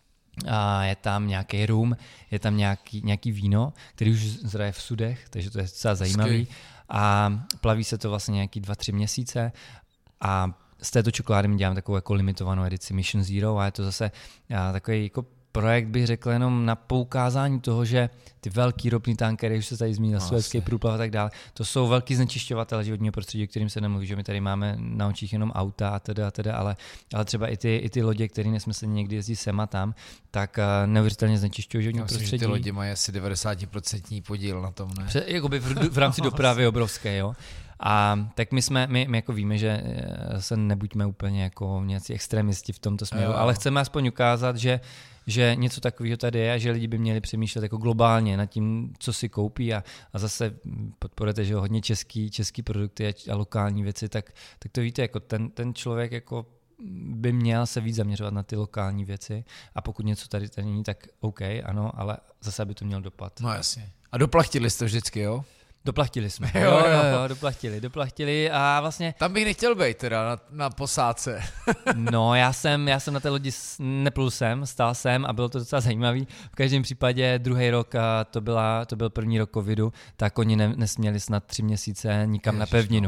A je tam nějaký rum, je tam nějaký, nějaký víno, který už zraje v sudech, takže to je docela zajímavý. A plaví se to vlastně nějaký dva, tři měsíce a z této čokolády my děláme takovou jako limitovanou edici Mission Zero a je to zase takový jako projekt, bych řekl, jenom na poukázání toho, že ty velký ropný tankery, už se tady zmínil, Suezský průplav a tak dále, to jsou velký znečišťovatele životního prostředí, o kterým se nemluví, že my tady máme na očích jenom auta a teda, a teda ale, ale třeba i ty, i ty lodě, které nesmyslně někdy jezdí sem a tam, tak uh, neuvěřitelně znečišťují životní prostředí. Myslím, že ty lodě mají asi devadesát procent podíl na tom, ne? Pře- jakoby v, v rámci dopravy obrovské, jo. A tak my jsme, my, my jako víme, že se nebuďme úplně jako nějací extremisti v tomto směru, jo. Ale chceme aspoň ukázat, že že něco takového tady je a že lidi by měli přemýšlet jako globálně nad tím, co si koupí a, a zase podporujete, že hodně český, český produkty a, a lokální věci, tak, tak to víte, jako ten, ten člověk jako by měl se víc zaměřovat na ty lokální věci a pokud něco tady, tady není, tak OK, ano, ale zase by to měl dopad. No jasně. A doplachtili jste vždycky, jo? Doplachtili jsme. Jo, jo, jo, jo, doplachtili, doplachtili a vlastně... Tam bych nechtěl být teda na, na posádce. No, já jsem, já jsem na té lodi neplul jsem, stál jsem a bylo to docela zajímavý. V každém případě druhý rok, a to, byla, to byl první rok covidu, tak oni ne, nesměli snad tři měsíce nikam Ježiš, na pevninu. No.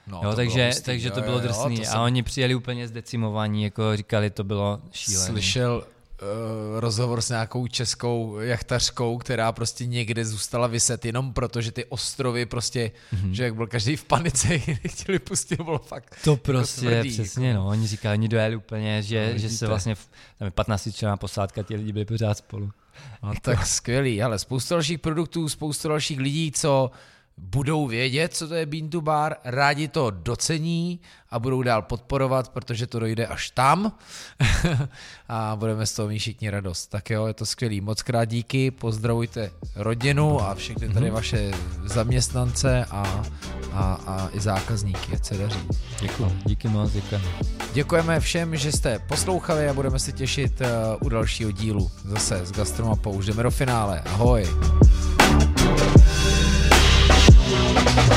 No, jo, to takže, hustý, takže jo, to bylo jo, drsný. to A jsem... oni přijeli úplně zdecimovaní, jako říkali, to bylo šílené. Slyšel uh, rozhovor s nějakou českou jachtařkou, která prostě někde zůstala vyset jenom proto, že ty ostrovy prostě, mm-hmm. že jak byl každý v panice, nechtěli pustit, bylo fakt To jako prostě tvrdý, přesně, jako. no, oni říkali, oni dojeli úplně, že, No, že se vlastně, tam je patnáctičlenná posádka, ti lidi byli pořád spolu. No tak skvělý, ale spoustu dalších produktů, spoustu dalších lidí, co budou vědět, co to je Bean to Bar, rádi to docení a budou dál podporovat, protože to dojde až tam a budeme z toho mít všichni radost. Tak jo, je to skvělý. Moc krát díky, pozdravujte rodinu a všechny tady vaše zaměstnance a, a, a i zákazníky, ať se daří. Děkuji, díky moc, děkujeme. Děkujeme všem, že jste poslouchali a budeme se těšit u dalšího dílu. Zase s Gastromapou už jdeme do finále. Ahoj. Thank you.